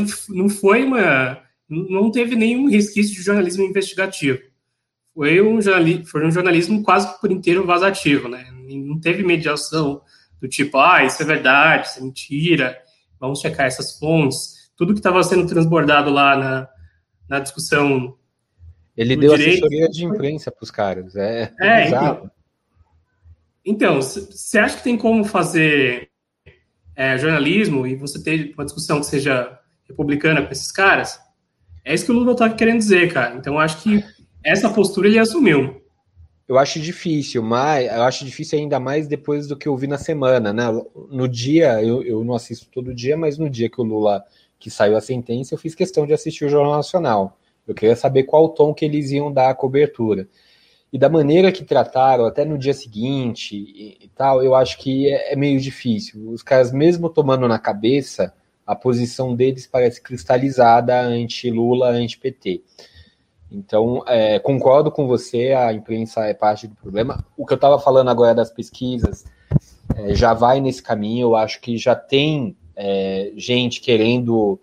C: não teve nenhum resquício de jornalismo investigativo. Foi um jornalismo quase por inteiro vazativo, né? Não teve mediação do tipo, isso é verdade, isso é mentira, vamos checar essas fontes. Tudo que estava sendo transbordado lá na discussão.
A: Ele deu assessoria de imprensa para os caras.
C: Então, você acha que tem como fazer jornalismo e você ter uma discussão que seja republicana com esses caras? É isso que o Lula está querendo dizer, cara. Então, acho que essa postura ele assumiu.
A: Eu acho difícil, mas eu acho difícil ainda mais depois do que eu vi na semana, né? No dia, eu não assisto todo dia, mas no dia que o Lula, que saiu a sentença, eu fiz questão de assistir o Jornal Nacional. Eu queria saber qual o tom que eles iam dar à cobertura. E da maneira que trataram, até no dia seguinte e tal, eu acho que é meio difícil. Os caras, mesmo tomando na cabeça, a posição deles parece cristalizada anti-Lula, anti-PT. Então, concordo com você, a imprensa é parte do problema. O que eu estava falando agora das pesquisas já vai nesse caminho. Eu acho que já tem gente querendo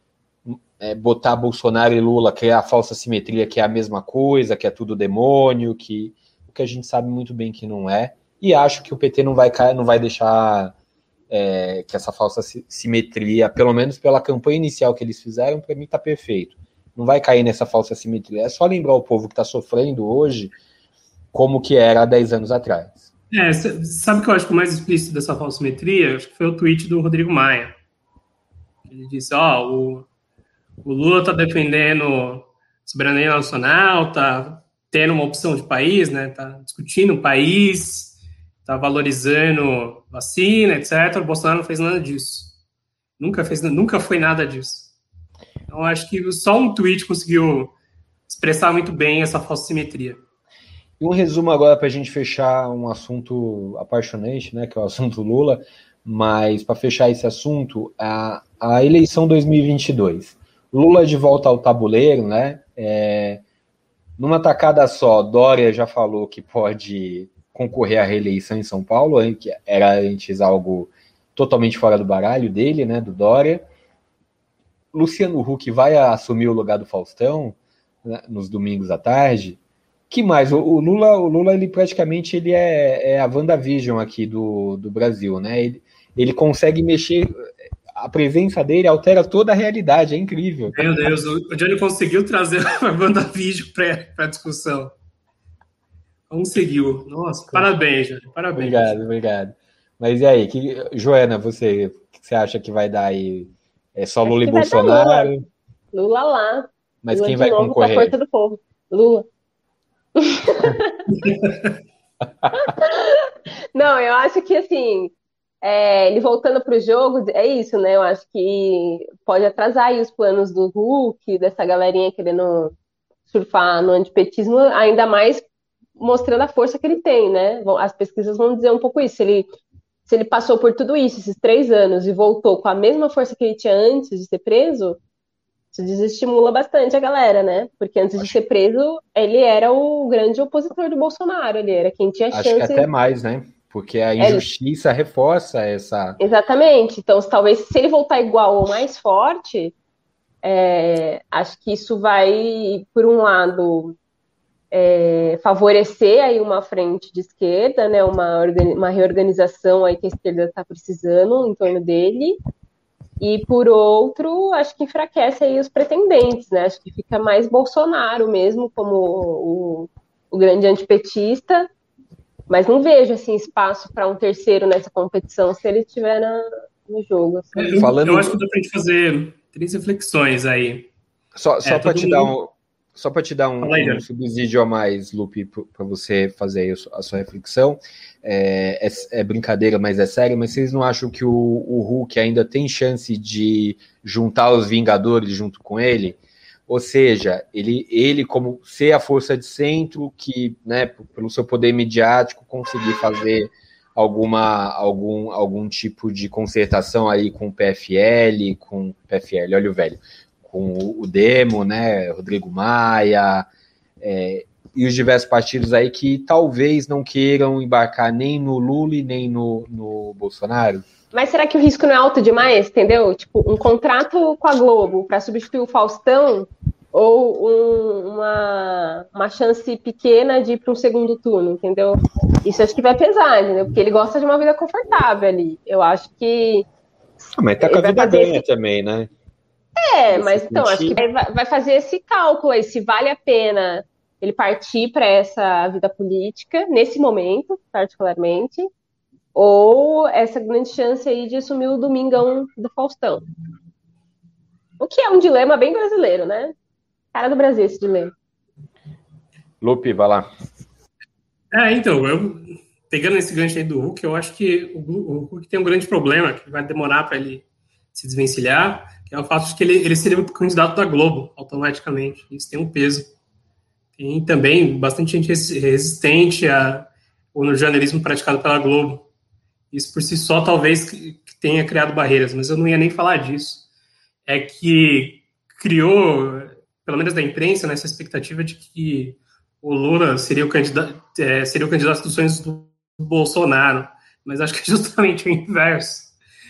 A: botar Bolsonaro e Lula, criar a falsa simetria, que é a mesma coisa, que é tudo demônio, o que a gente sabe muito bem que não é. E acho que o PT não vai deixar que essa falsa simetria, pelo menos pela campanha inicial que eles fizeram, para mim está perfeito. Não vai cair nessa falsa simetria. É só lembrar o povo que está sofrendo hoje como que era há 10 anos atrás.
C: Sabe o que eu acho que o mais explícito dessa falsa simetria? Acho que foi o tweet do Rodrigo Maia. Ele disse, o Lula está defendendo soberania nacional, está tendo uma opção de país, né? Está discutindo o país, está valorizando vacina, etc. O Bolsonaro não fez nada disso. Nunca foi nada disso. Então, acho que só um tweet conseguiu expressar muito bem essa falsa simetria.
A: E um resumo agora para a gente fechar um assunto apaixonante, né, que é o assunto Lula, mas para fechar esse assunto, a eleição 2022. Lula de volta ao tabuleiro, né? Numa tacada só, Dória já falou que pode concorrer à reeleição em São Paulo, que era antes algo totalmente fora do baralho dele, né, do Dória. Luciano Huck vai assumir o lugar do Faustão, né, nos domingos à tarde. Que mais? O Lula ele praticamente é a WandaVision aqui do Brasil, né? Ele consegue mexer, a presença dele altera toda a realidade, é incrível.
C: Meu Deus, o Johnny conseguiu trazer a WandaVision para a discussão. Conseguiu. Nossa, parabéns, Johnny, parabéns.
A: Obrigado. Mas e aí, Joana, o que você acha que vai dar aí? É só Lula e Bolsonaro?
B: Lula lá.
A: Mas
B: Lula
A: quem vai concorrer?
B: Com a força do povo. Lula. Não, eu acho que assim, ele voltando para o jogo, é isso, né? Eu acho que pode atrasar aí os planos do Hulk, dessa galerinha querendo surfar no antipetismo, ainda mais mostrando a força que ele tem, né? As pesquisas vão dizer um pouco isso. Se ele passou por tudo isso, esses 3 anos, e voltou com a mesma força que ele tinha antes de ser preso, isso desestimula bastante a galera, né? Porque antes de ser preso, ele era o grande opositor do Bolsonaro, ele era quem tinha chance...
A: Acho que até mais, né? Porque a injustiça reforça essa...
B: Exatamente. Então, talvez, se ele voltar igual ou mais forte, acho que isso vai, por um lado, favorecer aí uma frente de esquerda, né? Uma reorganização aí que a esquerda está precisando em torno dele. E, por outro, acho que enfraquece aí os pretendentes, né? Acho que fica mais Bolsonaro mesmo como o grande antipetista, mas não vejo, assim, espaço para um terceiro nessa competição se ele estiver no jogo. Assim.
C: Eu acho que dá para a gente fazer 3 reflexões aí.
A: Só para te dar um subsídio a mais, Lupe, para você fazer aí a sua reflexão. É brincadeira, mas é sério, mas vocês não acham que o Hulk ainda tem chance de juntar os Vingadores junto com ele? Ou seja, ele como ser a força de centro que, né, pelo seu poder midiático, conseguir fazer algum tipo de concertação aí com o PFL, olha o velho, com o Demo, né, Rodrigo Maia, e os diversos partidos aí que talvez não queiram embarcar nem no Lula e nem no Bolsonaro.
B: Mas será que o risco não é alto demais, entendeu? Tipo, um contrato com a Globo para substituir o Faustão ou uma chance pequena de ir para um segundo turno, entendeu? Isso acho que vai pesar, entendeu? Porque ele gosta de uma vida confortável ali. Eu acho que...
A: mas tá com a vida ganha também, né?
B: Mas então, acho que vai fazer esse cálculo aí, se vale a pena ele partir para essa vida política, nesse momento, particularmente, ou essa grande chance aí de assumir o Domingão do Faustão. O que é um dilema bem brasileiro, né? Cara do Brasil esse dilema.
A: Lupe, vai lá.
C: Então, pegando esse gancho aí do Huck, eu acho que o Huck tem um grande problema, que vai demorar para ele se desvencilhar, que é o fato de que ele seria o candidato da Globo, automaticamente. Isso tem um peso. Tem também bastante gente resistente ao jornalismo praticado pela Globo. Isso por si só talvez que tenha criado barreiras, mas eu não ia nem falar disso. É que criou, pelo menos da imprensa, nessa expectativa de que o Lula seria o candidato dos sonhos do Bolsonaro, mas acho que é justamente o inverso,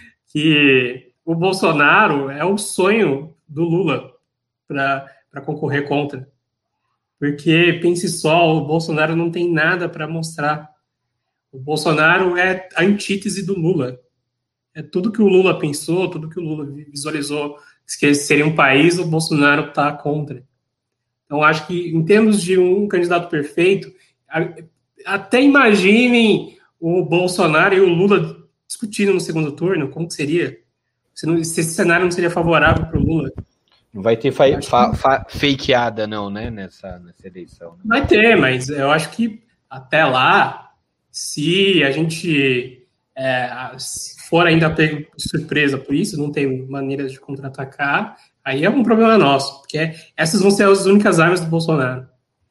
C: que o Bolsonaro é o sonho do Lula para concorrer contra, porque pense só, o Bolsonaro não tem nada para mostrar. O Bolsonaro é a antítese do Lula. É tudo que o Lula pensou, tudo que o Lula visualizou que seria um país, o Bolsonaro está contra. Então, acho que, em termos de um candidato perfeito, até imaginem o Bolsonaro e o Lula discutindo no segundo turno, como que seria? Se esse cenário não seria favorável para o Lula.
A: Não vai ter fakeada, não, né, nessa eleição. Né?
C: Vai ter, mas eu acho que até lá, se a gente se for ainda pego de surpresa por isso, não tem maneiras de contra-atacar, aí é um problema nosso, porque essas vão ser as únicas armas do Bolsonaro.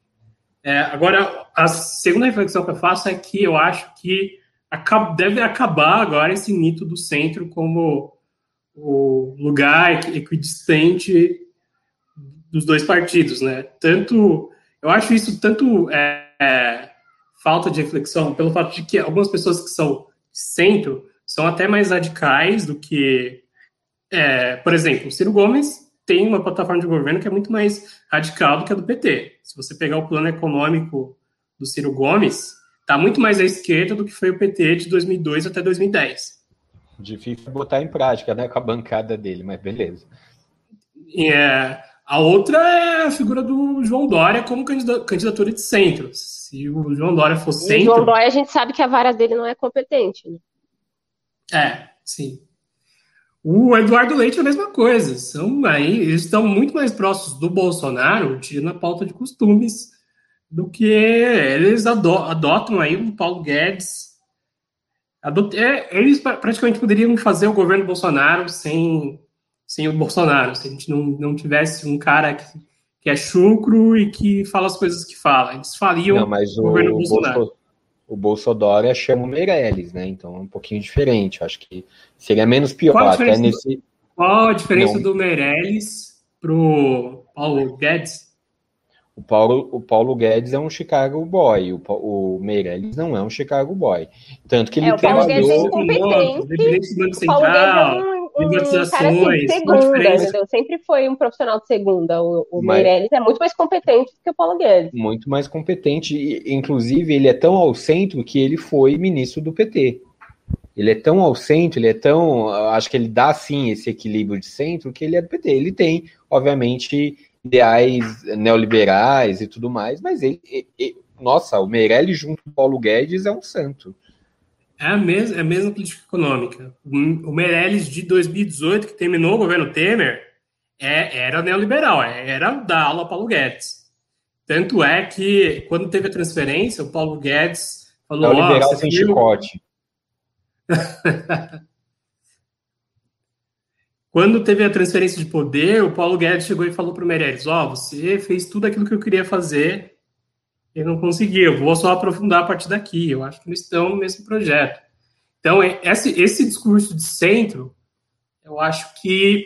C: Agora, a segunda reflexão que eu faço é que eu acho que deve acabar agora esse mito do centro como o lugar equidistante dos dois partidos, né? Eu acho isso tanto falta de reflexão pelo fato de que algumas pessoas que são centro são até mais radicais do que, por exemplo, o Ciro Gomes tem uma plataforma de governo que é muito mais radical do que a do PT. Se você pegar o plano econômico do Ciro Gomes, está muito mais à esquerda do que foi o PT de 2002 até 2010.
A: Difícil botar em prática, né, com a bancada dele, mas beleza.
C: A outra é a figura do João Dória como candidatura de centro. Se o João Dória for centro...
B: O João Dória, a gente sabe que a vara dele não é competente. Né?
C: Sim. O Eduardo Leite é a mesma coisa. Eles estão muito mais próximos do Bolsonaro, tirando a pauta de costumes, do que eles adotam aí um Paulo Guedes. Eles praticamente poderiam fazer o governo Bolsonaro sem o Bolsonaro, se a gente não tivesse um cara que é chucro e que fala as coisas que fala. Eles fariam
A: o governo Bolsonaro. O Bolsonaro chama o Meirelles, né? Então é um pouquinho diferente. Eu acho que seria menos pior.
C: Qual a diferença do Meirelles pro Paulo Guedes?
A: O Paulo Guedes é um Chicago boy. O Meirelles não é um Chicago boy. Tanto que ele
B: trabalhou... O Paulo Guedes é incompetente. O Paulo Guedes é um cara assim, de segunda, entendeu? Sempre foi um profissional de segunda. O Meirelles é muito mais competente do que o Paulo Guedes.
A: Muito mais competente. E, inclusive, ele é tão ao centro que ele foi ministro do PT. Ele é tão ao centro, ele é tão... Acho que ele dá, sim, esse equilíbrio de centro que ele é do PT. Ele tem, obviamente, ideais neoliberais e tudo mais, mas nossa, o Meirelles junto com o Paulo Guedes é um santo.
C: É a mesma política econômica. O Meirelles de 2018, que terminou o governo Temer, era neoliberal, era da ala Paulo Guedes. Tanto é que, quando teve a transferência, o Paulo Guedes falou...
A: Neoliberal sem chicote.
C: Quando teve a transferência de poder, o Paulo Guedes chegou e falou para o Meirelles, você fez tudo aquilo que eu queria fazer, eu não consegui, eu vou só aprofundar a partir daqui, eu acho que eles estão no mesmo projeto. Então, esse discurso de centro, eu acho que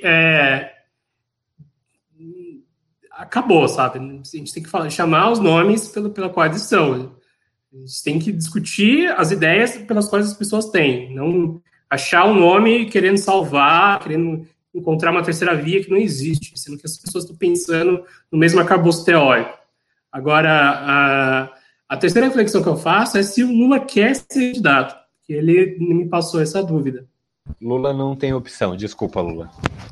C: acabou, sabe? A gente tem que chamar os nomes pela qual eles são. A gente tem que discutir as ideias pelas quais as pessoas têm, não achar um nome querendo salvar, querendo encontrar uma terceira via que não existe, sendo que as pessoas estão pensando no mesmo arcabouço teórico. Agora, a terceira reflexão que eu faço é se o Lula quer ser candidato, que ele me passou essa dúvida.
A: Lula não tem opção, desculpa, Lula.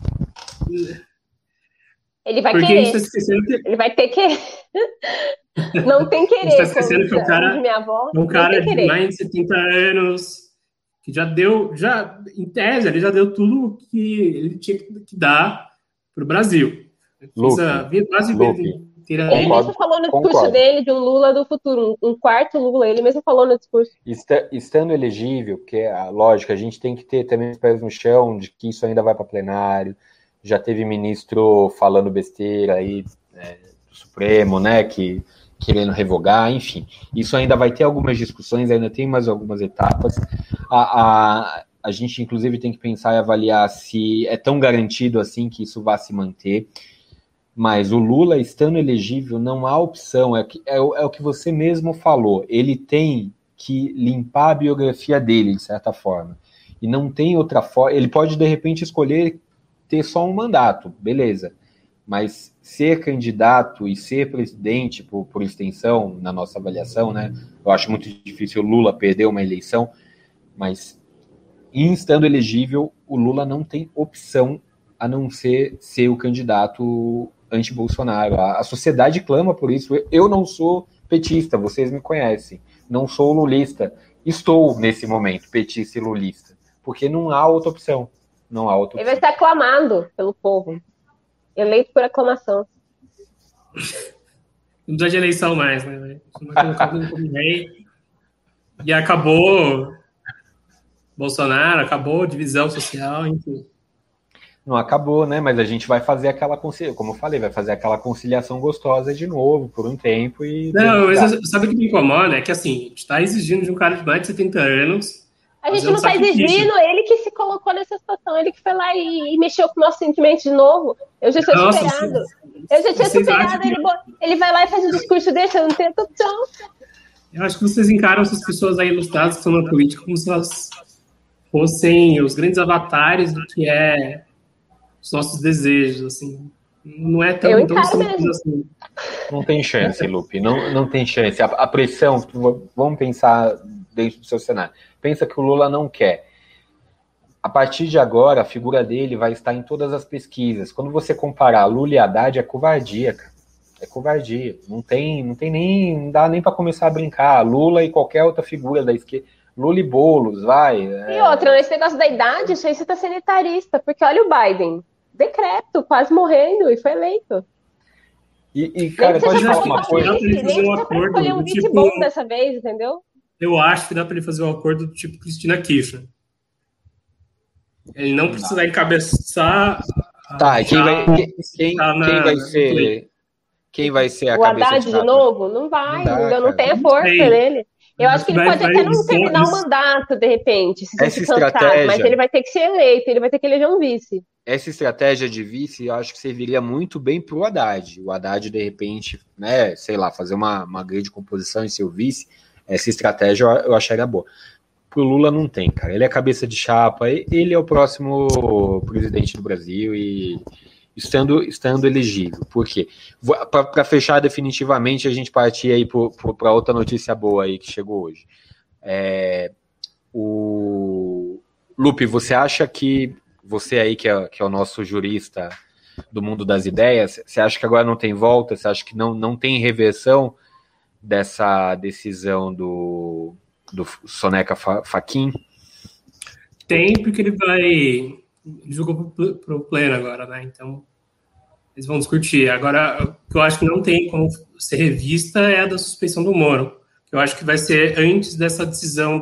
B: Ele vai querer. Ele vai ter que... Não tem querer.
C: Você está esquecendo que o cara é um cara de mais de 70 anos, que em tese, ele já deu tudo que ele tinha que dar para o Brasil.
B: Ele mesmo falou no discurso dele de um Lula do futuro, um quarto Lula, ele mesmo falou no discurso.
A: Estando elegível, porque é lógico, a gente tem que ter também os pés no chão de que isso ainda vai para plenário. Já teve ministro falando besteira aí do Supremo, né, que querendo revogar, enfim. Isso ainda vai ter algumas discussões, ainda tem mais algumas etapas. A gente, inclusive, tem que pensar e avaliar se é tão garantido assim que isso vai se manter. Mas o Lula, estando elegível, não há opção. É o que você mesmo falou. Ele tem que limpar a biografia dele, de certa forma. E não tem outra forma. Ele pode, de repente, escolher ter só um mandato, beleza. Mas ser candidato e ser presidente, por extensão, na nossa avaliação, né? Eu acho muito difícil o Lula perder uma eleição, mas estando elegível, o Lula não tem opção a não ser o candidato anti-Bolsonaro. A sociedade clama por isso. Eu não sou petista, vocês me conhecem. Não sou lulista. Estou, nesse momento, petista e lulista. Porque não há outra opção. Não há outra opção.
B: Ele vai ser aclamado pelo povo. Eleito por aclamação.
C: Não precisa de eleição mais, né? E acabou Bolsonaro, acabou divisão social, enfim.
A: Não acabou, né? Mas a gente vai fazer aquela conciliação, como eu falei, vai fazer aquela conciliação gostosa de novo, por um tempo e...
C: Não, mas sabe o que me incomoda? É que, assim, a gente está exigindo de um cara de mais de 70 anos...
B: A gente não está exigindo, ele que se colocou nessa situação, ele que foi lá e mexeu com o nosso sentimento de novo. Eu já tinha superado. Eu já tinha superado, ele vai lá e faz o discurso desse, eu não tenho outra opção.
C: Eu acho que vocês encaram essas pessoas aí ilustradas que estão na política como se elas fossem os grandes avatares do que é os nossos desejos, assim. Não é tão simples assim.
A: Não tem chance, Lupe, não tem chance. A pressão, vamos pensar dentro do seu cenário. Pensa que o Lula não quer. A partir de agora, a figura dele vai estar em todas as pesquisas. Quando você comparar Lula e Haddad, é covardia, cara. É covardia. Não dá nem para começar a brincar. Lula e qualquer outra figura da esquerda. Lula e Boulos, vai.
B: E outra, nesse negócio da idade, isso aí você tá sendo etarista, porque olha o Biden. Decrépito, quase morrendo, e foi eleito.
A: E cara, pode falar uma coisa?
B: Escolher um vice bom dessa vez, entendeu?
C: Eu acho que dá para ele fazer um acordo do tipo Cristina Kirchner. Ele não precisa encabeçar...
A: Tá, quem vai ser a
B: o
A: cabeça
B: Haddad de novo? Não vai, não tem a força nele. Eu acho que ele pode até não terminar o mandato, de repente, se sentir cansado, mas ele vai ter que ser eleito, ele vai ter que eleger um vice.
A: Essa estratégia de vice, eu acho que serviria muito bem para o Haddad. O Haddad, de repente, né, sei lá, fazer uma grande composição em seu vice, essa estratégia eu acharia boa. Pro Lula não tem, cara. Ele é cabeça de chapa, ele é o próximo presidente do Brasil e estando elegível. Por quê? Para fechar definitivamente, a gente partir aí para outra notícia boa aí que chegou hoje. O Lupe, você acha que você aí que é o nosso jurista do mundo das ideias, você acha que agora não tem volta? Você acha que não tem reversão dessa decisão do Soneca Fachin?
C: Tem, porque ele jogou pro pleno agora, né? Então, eles vão discutir. Agora, o que eu acho que não tem como ser revista é a da suspeição do Moro. Que eu acho que vai ser antes dessa decisão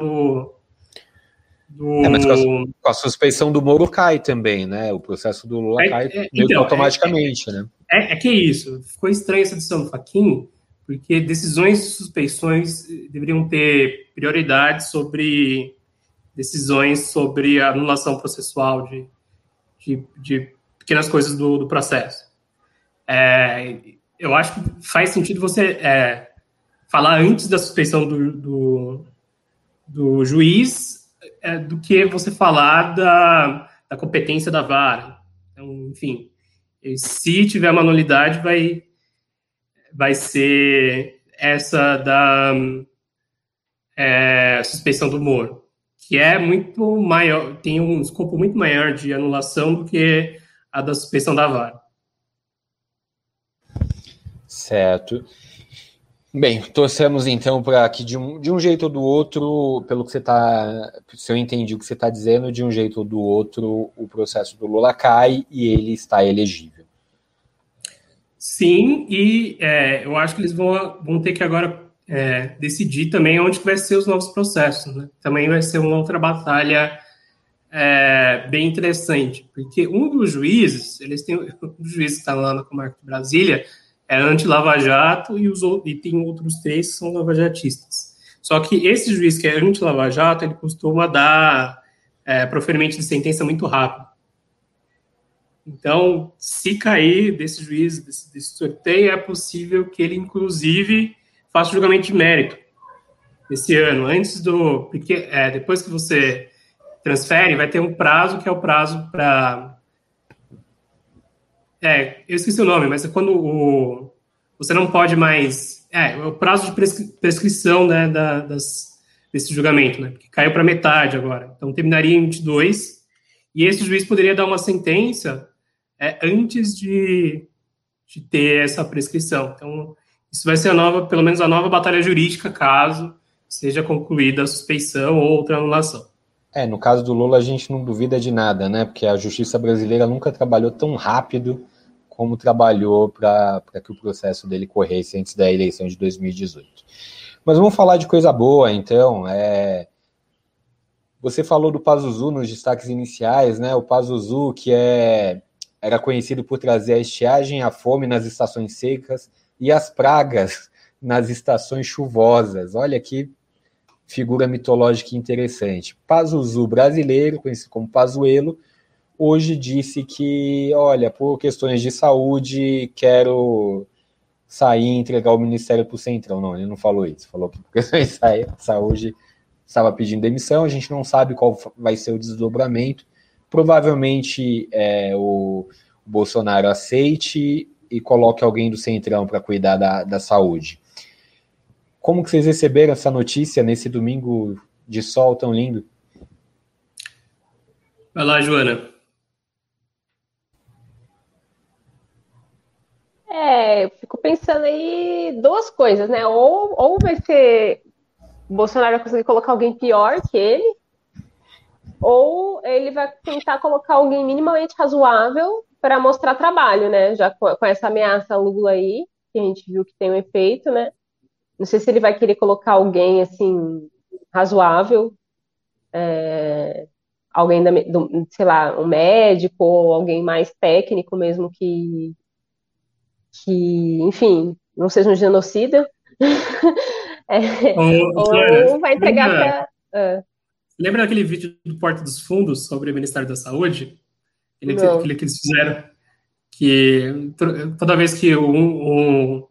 A: mas com a suspeição do Moro cai também, né? O processo do Lula cai meio que automaticamente, né?
C: É que é isso. Ficou estranha essa decisão do Fachin, porque decisões e suspeições deveriam ter prioridade sobre decisões sobre a anulação processual de pequenas coisas do processo. Eu acho que faz sentido você falar antes da suspeição do juiz do que você falar da competência da vara. Então, enfim, se tiver uma nulidade, vai ser essa da suspeição do Moro, que é muito maior, tem um escopo muito maior de anulação do que a da suspeição da vara.
A: Certo. Bem, torcemos então para que de um jeito ou do outro, pelo que se eu entendi o que você está dizendo, de um jeito ou do outro, o processo do Lula cai e ele está elegível.
C: Sim, e eu acho que eles vão ter que agora decidir também onde que vai ser os novos processos, né? Também vai ser uma outra batalha bem interessante, porque um dos juízes, um dos juízes que está lá na comarca de Brasília é anti-Lava Jato e tem outros 3 que são lavajatistas. Só que esse juiz que é anti-Lava Jato, ele costuma dar proferimento de sentença muito rápido. Então, se cair desse juiz, desse sorteio, é possível que ele, inclusive, faça o julgamento de mérito esse ano, porque depois que você transfere, vai ter um prazo que é o prazo para... eu esqueci o nome, mas é quando você não pode mais... o prazo de prescrição, né, desse julgamento, né, porque caiu para metade agora. Então, terminaria em 22, e esse juiz poderia dar uma sentença antes de ter essa prescrição. Então, isso vai ser pelo menos a nova batalha jurídica, caso seja concluída a suspeição ou outra anulação.
A: No caso do Lula, a gente não duvida de nada, né? Porque a justiça brasileira nunca trabalhou tão rápido como trabalhou para que o processo dele corresse antes da eleição de 2018. Mas vamos falar de coisa boa, então. Você falou do Pazuzu nos destaques iniciais, né? O Pazuzu, que era conhecido por trazer a estiagem e a fome nas estações secas e as pragas nas estações chuvosas. Olha que figura mitológica interessante. Pazuzu brasileiro, conhecido como Pazuello, hoje disse que, olha, por questões de saúde, quero sair e entregar o ministério para o Centrão. Não, ele não falou isso. Falou que por questões de saúde estava pedindo demissão. A gente não sabe qual vai ser o desdobramento. Provavelmente o Bolsonaro aceite e coloque alguém do Centrão para cuidar da saúde. Como que vocês receberam essa notícia nesse domingo de sol tão lindo?
C: Vai lá, Joana.
B: Eu fico pensando aí 2 coisas, né? Ou vai ser o Bolsonaro vai conseguir colocar alguém pior que ele, ou ele vai tentar colocar alguém minimamente razoável para mostrar trabalho, né? Já com essa ameaça Lula aí, que a gente viu que tem um efeito, né? Não sei se ele vai querer colocar alguém assim razoável, alguém sei lá, um médico ou alguém mais técnico mesmo que enfim, não seja um genocida. Ou vai entregar para.
C: Lembra daquele vídeo do Porta dos Fundos sobre o Ministério da Saúde? Aquele que eles fizeram, que toda vez que um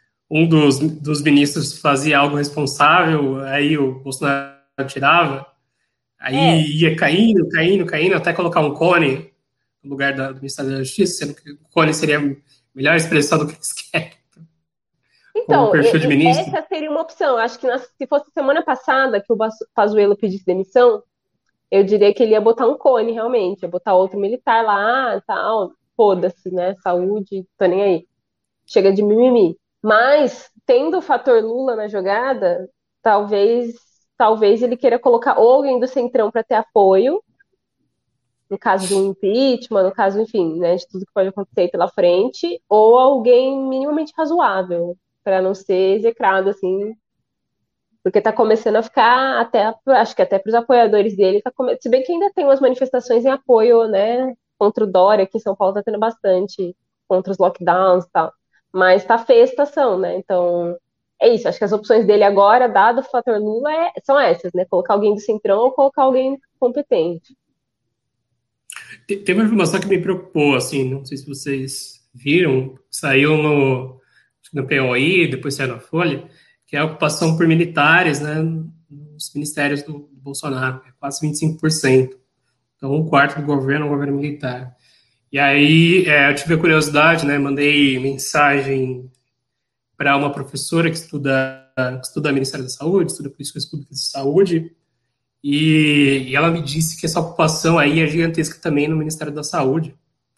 C: dos ministros fazia algo responsável, aí o Bolsonaro tirava, aí ia caindo, até colocar um cone no lugar do Ministério da Justiça, sendo que o cone seria a melhor expressão do que eles querem.
B: Então, essa seria uma opção. Acho que se fosse semana passada que o Pazuello pedisse demissão, eu diria que ele ia botar um cone, realmente. Ia botar outro militar lá, tal. Foda-se, né? Saúde, tô nem aí. Chega de mimimi. Mas, tendo o fator Lula na jogada, talvez ele queira colocar ou alguém do Centrão para ter apoio, no caso de um impeachment, no caso, enfim, né, de tudo que pode acontecer pela frente, ou alguém minimamente razoável, para não ser execrado, assim, porque tá começando a ficar acho que até para os apoiadores dele, se bem que ainda tem umas manifestações em apoio, né, contra o Dória, aqui em São Paulo tá tendo bastante, contra os lockdowns e tal, mas tá feia a situação, né, então é isso, acho que as opções dele agora, dado o fator Lula, são essas, né, colocar alguém do Centrão ou colocar alguém competente.
C: Teve uma informação que me preocupou, assim, não sei se vocês viram, saiu no POI, depois saiu na Folha, que é a ocupação por militares, né, nos ministérios do Bolsonaro, é quase 25%. Então, um quarto do governo é um governo militar. E aí, eu tive a curiosidade, né, mandei mensagem para uma professora que estuda Ministério da Saúde, estuda políticas públicas de saúde, e ela me disse que essa ocupação aí é gigantesca também no Ministério da Saúde.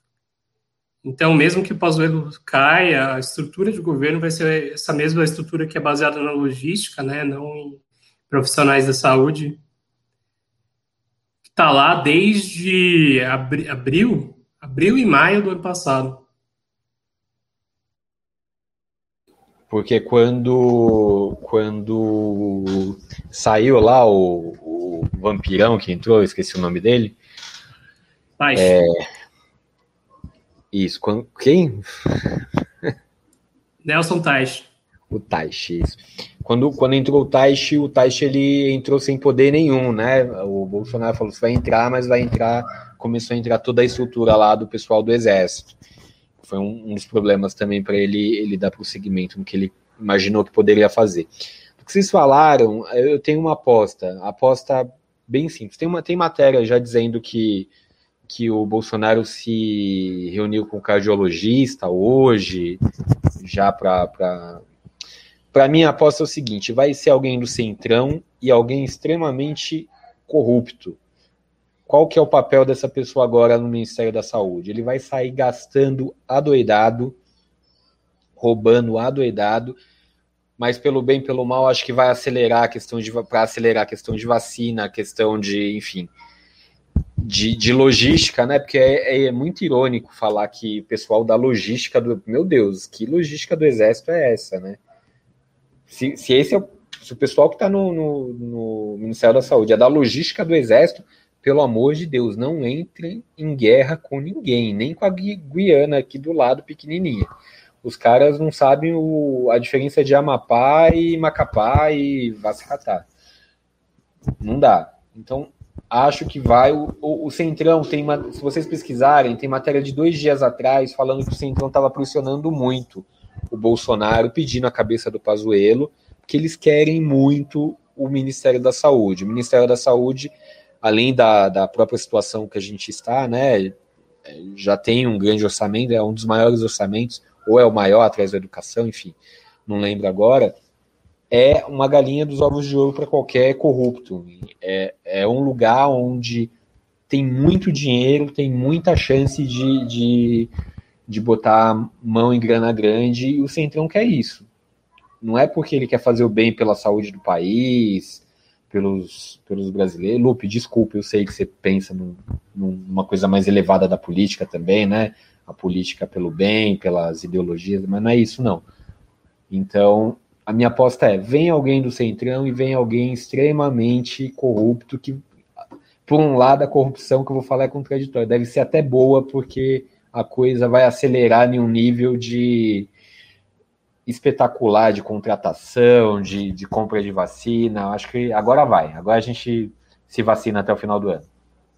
C: Então, mesmo que o Pazuello caia, a estrutura de governo vai ser essa mesma estrutura que é baseada na logística, né, não em profissionais da saúde, que está lá desde abril e maio do ano passado.
A: Porque quando saiu lá o vampirão que entrou, eu esqueci o nome dele. Isso, quem?
C: Nelson Teich.
A: O Teich, isso. Quando entrou o Teich ele entrou sem poder nenhum, né? O Bolsonaro falou, você vai entrar, mas vai entrar, começou a entrar toda a estrutura lá do pessoal do Exército. Foi um dos problemas também para ele dar prosseguimento no que ele imaginou que poderia fazer. O que vocês falaram, eu tenho uma aposta bem simples. Tem matéria já dizendo que o Bolsonaro se reuniu com o cardiologista hoje, já para mim a aposta é o seguinte, vai ser alguém do Centrão e alguém extremamente corrupto. Qual que é o papel dessa pessoa agora no Ministério da Saúde? Ele vai sair gastando adoidado, roubando adoidado, mas pelo bem, pelo mal, acho que vai acelerar a questão de vacina, a questão de, enfim, de logística, né? Porque é muito irônico falar que o pessoal da logística meu Deus, que logística do Exército é essa, né? Se o pessoal que está no Ministério da Saúde é da logística do Exército, pelo amor de Deus, não entrem em guerra com ninguém, nem com a Guiana aqui do lado, pequenininha. Os caras não sabem a diferença de Amapá e Macapá e Vascatar. Não dá. Então, acho que vai. O Centrão, se vocês pesquisarem, tem matéria de 2 dias atrás falando que o Centrão estava pressionando muito o Bolsonaro, pedindo a cabeça do Pazuello, porque eles querem muito o Ministério da Saúde. O Ministério da Saúde, além da própria situação que a gente está, né, já tem um grande orçamento, é um dos maiores orçamentos, ou é o maior atrás da educação, enfim, não lembro agora, é uma galinha dos ovos de ouro para qualquer corrupto. É um lugar onde tem muito dinheiro, tem muita chance de botar mão em grana grande, e o Centrão quer isso. Não é porque ele quer fazer o bem pela saúde do país, pelos brasileiros. Lupe, desculpa, eu sei que você pensa numa coisa mais elevada da política também, né? A política pelo bem, pelas ideologias, mas não é isso, não. Então, a minha aposta é, vem alguém do Centrão e vem alguém extremamente corrupto, que, por um lado, a corrupção que eu vou falar é contraditória, deve ser até boa, porque a coisa vai acelerar em um nível de espetacular de contratação, de compra de vacina. Acho que agora vai. Agora a gente se vacina até o final do ano.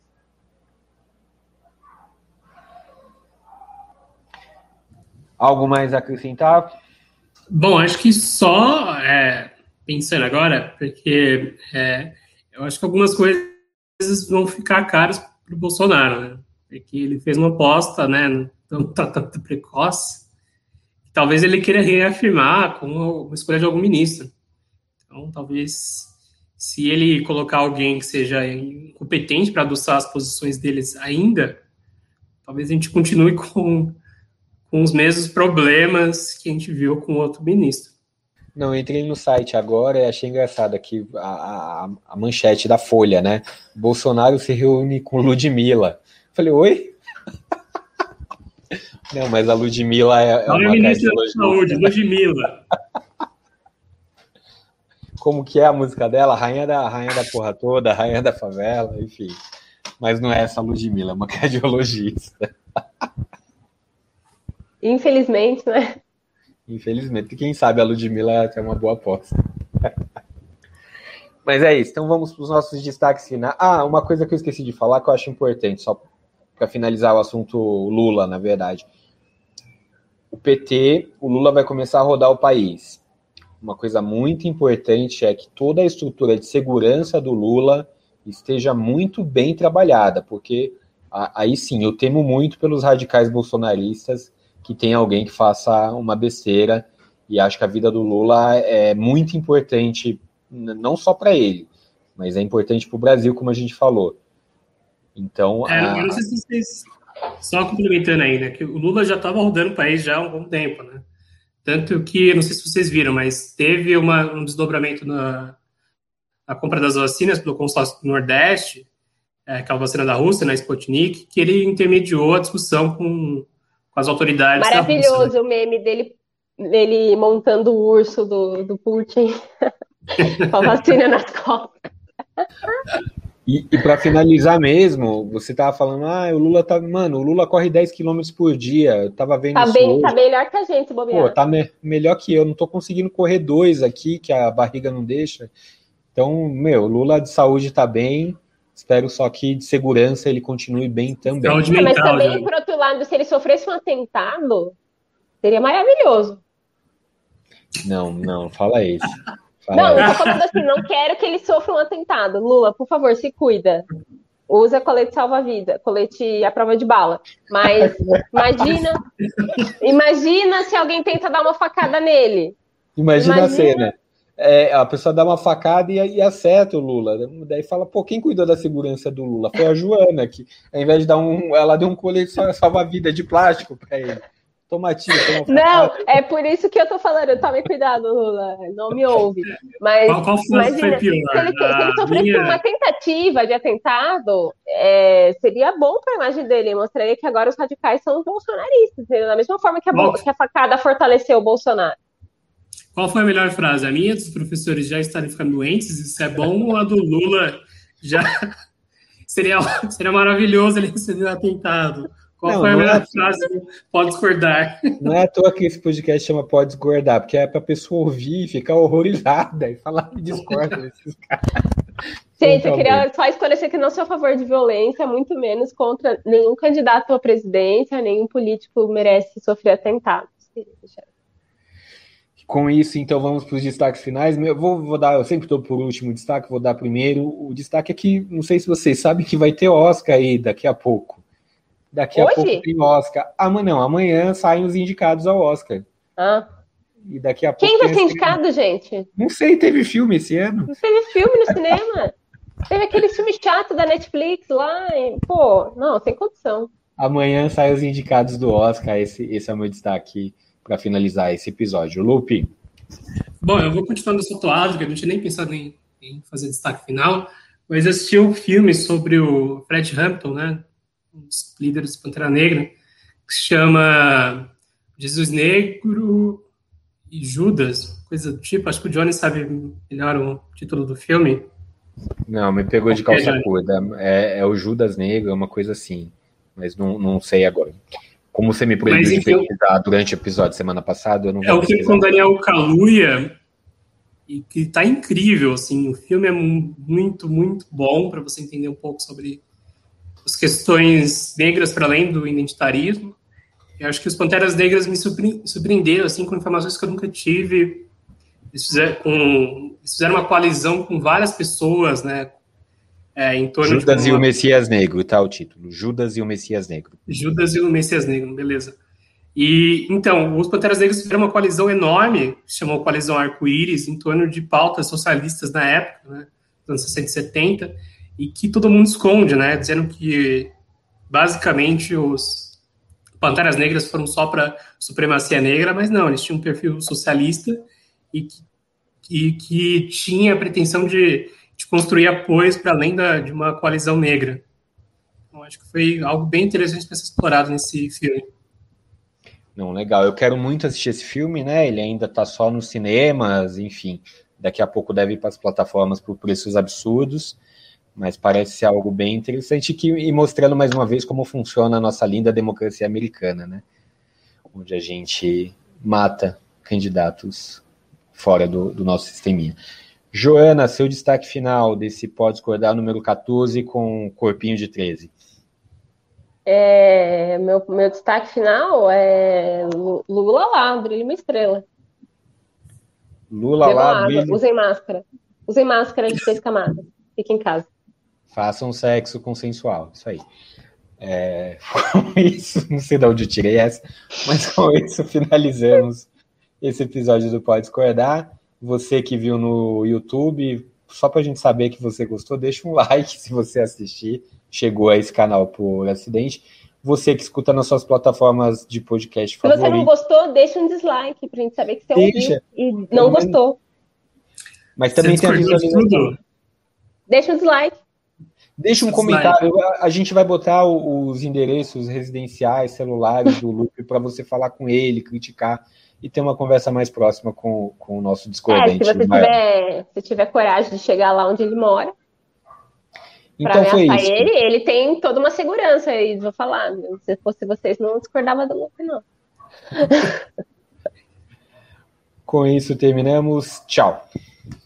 A: Algo mais a acrescentar?
C: Bom, acho que só pensando agora, porque eu acho que algumas coisas vão ficar caras para o Bolsonaro, né? Porque ele fez uma aposta, né, tão precoce, que talvez ele queira reafirmar com a escolha de algum ministro. Então, talvez, se ele colocar alguém que seja incompetente para adoçar as posições deles ainda, talvez a gente continue com os mesmos problemas que a gente viu com outro ministro.
A: Não, eu entrei no site agora e achei engraçado aqui a manchete da Folha, né? Bolsonaro se reúne com Ludmilla. Falei, oi? Não, mas a Ludmilla é uma
C: ministra da Saúde, Ludmilla.
A: Como que é a música dela? Rainha da porra toda, rainha da favela, enfim. Mas não é essa Ludmilla, é uma cardiologista.
B: Infelizmente, né?
A: Infelizmente. Quem sabe a Ludmilla é uma boa aposta. Mas é isso. Então vamos para os nossos destaques finais. Uma coisa que eu esqueci de falar que eu acho importante, só para finalizar o assunto Lula, na verdade. O Lula vai começar a rodar o país. Uma coisa muito importante é que toda a estrutura de segurança do Lula esteja muito bem trabalhada, porque aí sim, eu temo muito pelos radicais bolsonaristas que tem alguém que faça uma besteira, e acho que a vida do Lula é muito importante, não só para ele, mas é importante para o Brasil, como a gente falou. Então,
C: eu não sei se vocês, só complementando aí, né, que o Lula já estava rodando o país já há algum tempo, né? Tanto que, não sei se vocês viram, mas teve um desdobramento na compra das vacinas pelo consórcio do Nordeste, aquela vacina da Rússia, na Sputnik, que ele intermediou a discussão com as autoridades.
B: Maravilhoso o meme dele ele montando o urso do Putin com a vacina nas costas.
A: E para finalizar mesmo, você tava falando, o Lula tá. Mano, o Lula corre 10 km por dia. Eu tava vendo isso hoje.
B: Tá melhor que a gente, bobear.
A: Pô, tá melhor que eu. Não tô conseguindo correr 2 aqui, que a barriga não deixa. Então, o Lula de saúde tá bem. Espero só que de segurança ele continue bem também.
C: Saúde mental,
B: mas também, por outro lado, se ele sofresse um atentado, seria maravilhoso.
A: Não, fala isso.
B: Não tô falando assim, não quero que ele sofra um atentado. Lula, por favor, se cuida. Usa colete salva-vida, colete à prova de bala. Mas imagina se alguém tenta dar uma facada nele.
A: Imagina a cena. A pessoa dá uma facada e acerta o Lula. Daí fala, quem cuidou da segurança do Lula? Foi a Joana, que ao invés de dar ela deu um colete salva-vida de plástico para ele. Toma tiro,
B: não, é por isso que eu tô falando, tome cuidado, Lula, não me ouve. Mas
C: qual imagina,
B: se ele sofresse uma tentativa de atentado, seria bom para a imagem dele, mostraria que agora os radicais são os bolsonaristas, entendeu? Da mesma forma que a facada fortaleceu o Bolsonaro.
C: Qual foi a melhor frase? A minha dos professores já estarem ficando doentes, isso é bom, ou a do Lula já seria maravilhoso ele receber um atentado? Qual foi a melhor frase? Pode discordar.
A: Não é à toa que esse podcast chama Pode Discordar, porque é para a pessoa ouvir e ficar horrorizada e falar que discorda desses caras.
B: Gente, eu queria só esclarecer que não sou a favor de violência, muito menos contra nenhum candidato à presidência, nenhum político merece sofrer atentados.
A: Com isso, então, vamos para os destaques finais. Eu sempre estou por último destaque, vou dar primeiro. O destaque é que, não sei se vocês sabem, que vai ter Oscar aí daqui a pouco. Daqui a pouco tem Oscar. Amanhã saem os indicados ao Oscar. E daqui a pouco.
B: Quem vai ser indicado, gente?
A: Não sei, teve filme esse ano.
B: Não teve filme no cinema. Teve aquele filme chato da Netflix lá. Não, sem condição.
A: Amanhã saem os indicados do Oscar. Esse é o meu destaque para finalizar esse episódio. Lupe.
C: Bom, eu vou continuar nessa toada, porque eu não tinha nem pensado em fazer destaque final, mas assisti um filme sobre o Fred Hampton, né? Um dos líderes do Pantera Negra, que se chama Jesus Negro e Judas, coisa do tipo. Acho que o Johnny sabe melhor o título do filme.
A: Não, me pegou de calça curta. É o Judas Negro, é uma coisa assim, mas não sei agora. Como você me proibiu de pesquisar durante o episódio semana passada, eu não vou
C: pesquisar. É o filme com Daniel Kaluuya, e que tá incrível, assim. O filme é muito, muito bom para você entender um pouco sobre as questões negras para além do identitarismo. Eu acho que os Panteras Negras me surpreenderam, assim, com informações que eu nunca tive. Eles fizeram uma coalizão com várias pessoas, né? Em torno
A: Judas e o Messias Negro, tá o título. Judas e o Messias Negro.
C: Judas e o Messias Negro, beleza. E, então, os Panteras Negras fizeram uma coalizão enorme, que chamou Coalizão Arco-Íris, em torno de pautas socialistas na época, né? Nos anos 60 e 70, e que todo mundo esconde, né? Dizendo que, basicamente, os Panteras Negras foram só para supremacia negra, mas não, eles tinham um perfil socialista e que tinha a pretensão de construir apoios para além de uma coalizão negra. Então, acho que foi algo bem interessante para ser explorado nesse filme.
A: Não, legal. Eu quero muito assistir esse filme, né? Ele ainda está só nos cinemas, enfim. Daqui a pouco deve ir para as plataformas por preços absurdos, mas parece ser algo bem interessante e mostrando mais uma vez como funciona a nossa linda democracia americana, né? Onde a gente mata candidatos fora do nosso sisteminha. Joana, seu destaque final desse Pode Discordar número 14 com corpinho de 13.
B: Meu destaque final é Lula lá, brilha uma estrela.
A: Lula lá, brilha...
B: Usem máscara. Usem máscara de 6 camadas. Fiquem em casa.
A: Façam sexo consensual, isso aí. Com isso, não sei de onde eu tirei essa, mas com isso finalizamos esse episódio do Pode Discordar. Você que viu no YouTube, só para a gente saber que você gostou, deixa um like se você assistir, chegou a esse canal por acidente. Você que escuta nas suas plataformas de podcast favoritas.
B: Se você não gostou, deixa um dislike para a gente saber que você ouviu e não gostou.
A: Mas também tem a visualização.
B: Deixa um dislike.
A: Deixa um comentário. A gente vai botar os endereços residenciais, celulares do Lupe para você falar com ele, criticar. e ter uma conversa mais próxima com o nosso discordante.
B: Se tiver coragem de chegar lá onde ele mora,
A: então
B: pra
A: foi
B: ameaçar
A: isso.
B: Ele tem toda uma segurança aí, vou falar. Se fosse vocês, não discordava do Luke, não.
A: Com isso, terminamos. Tchau.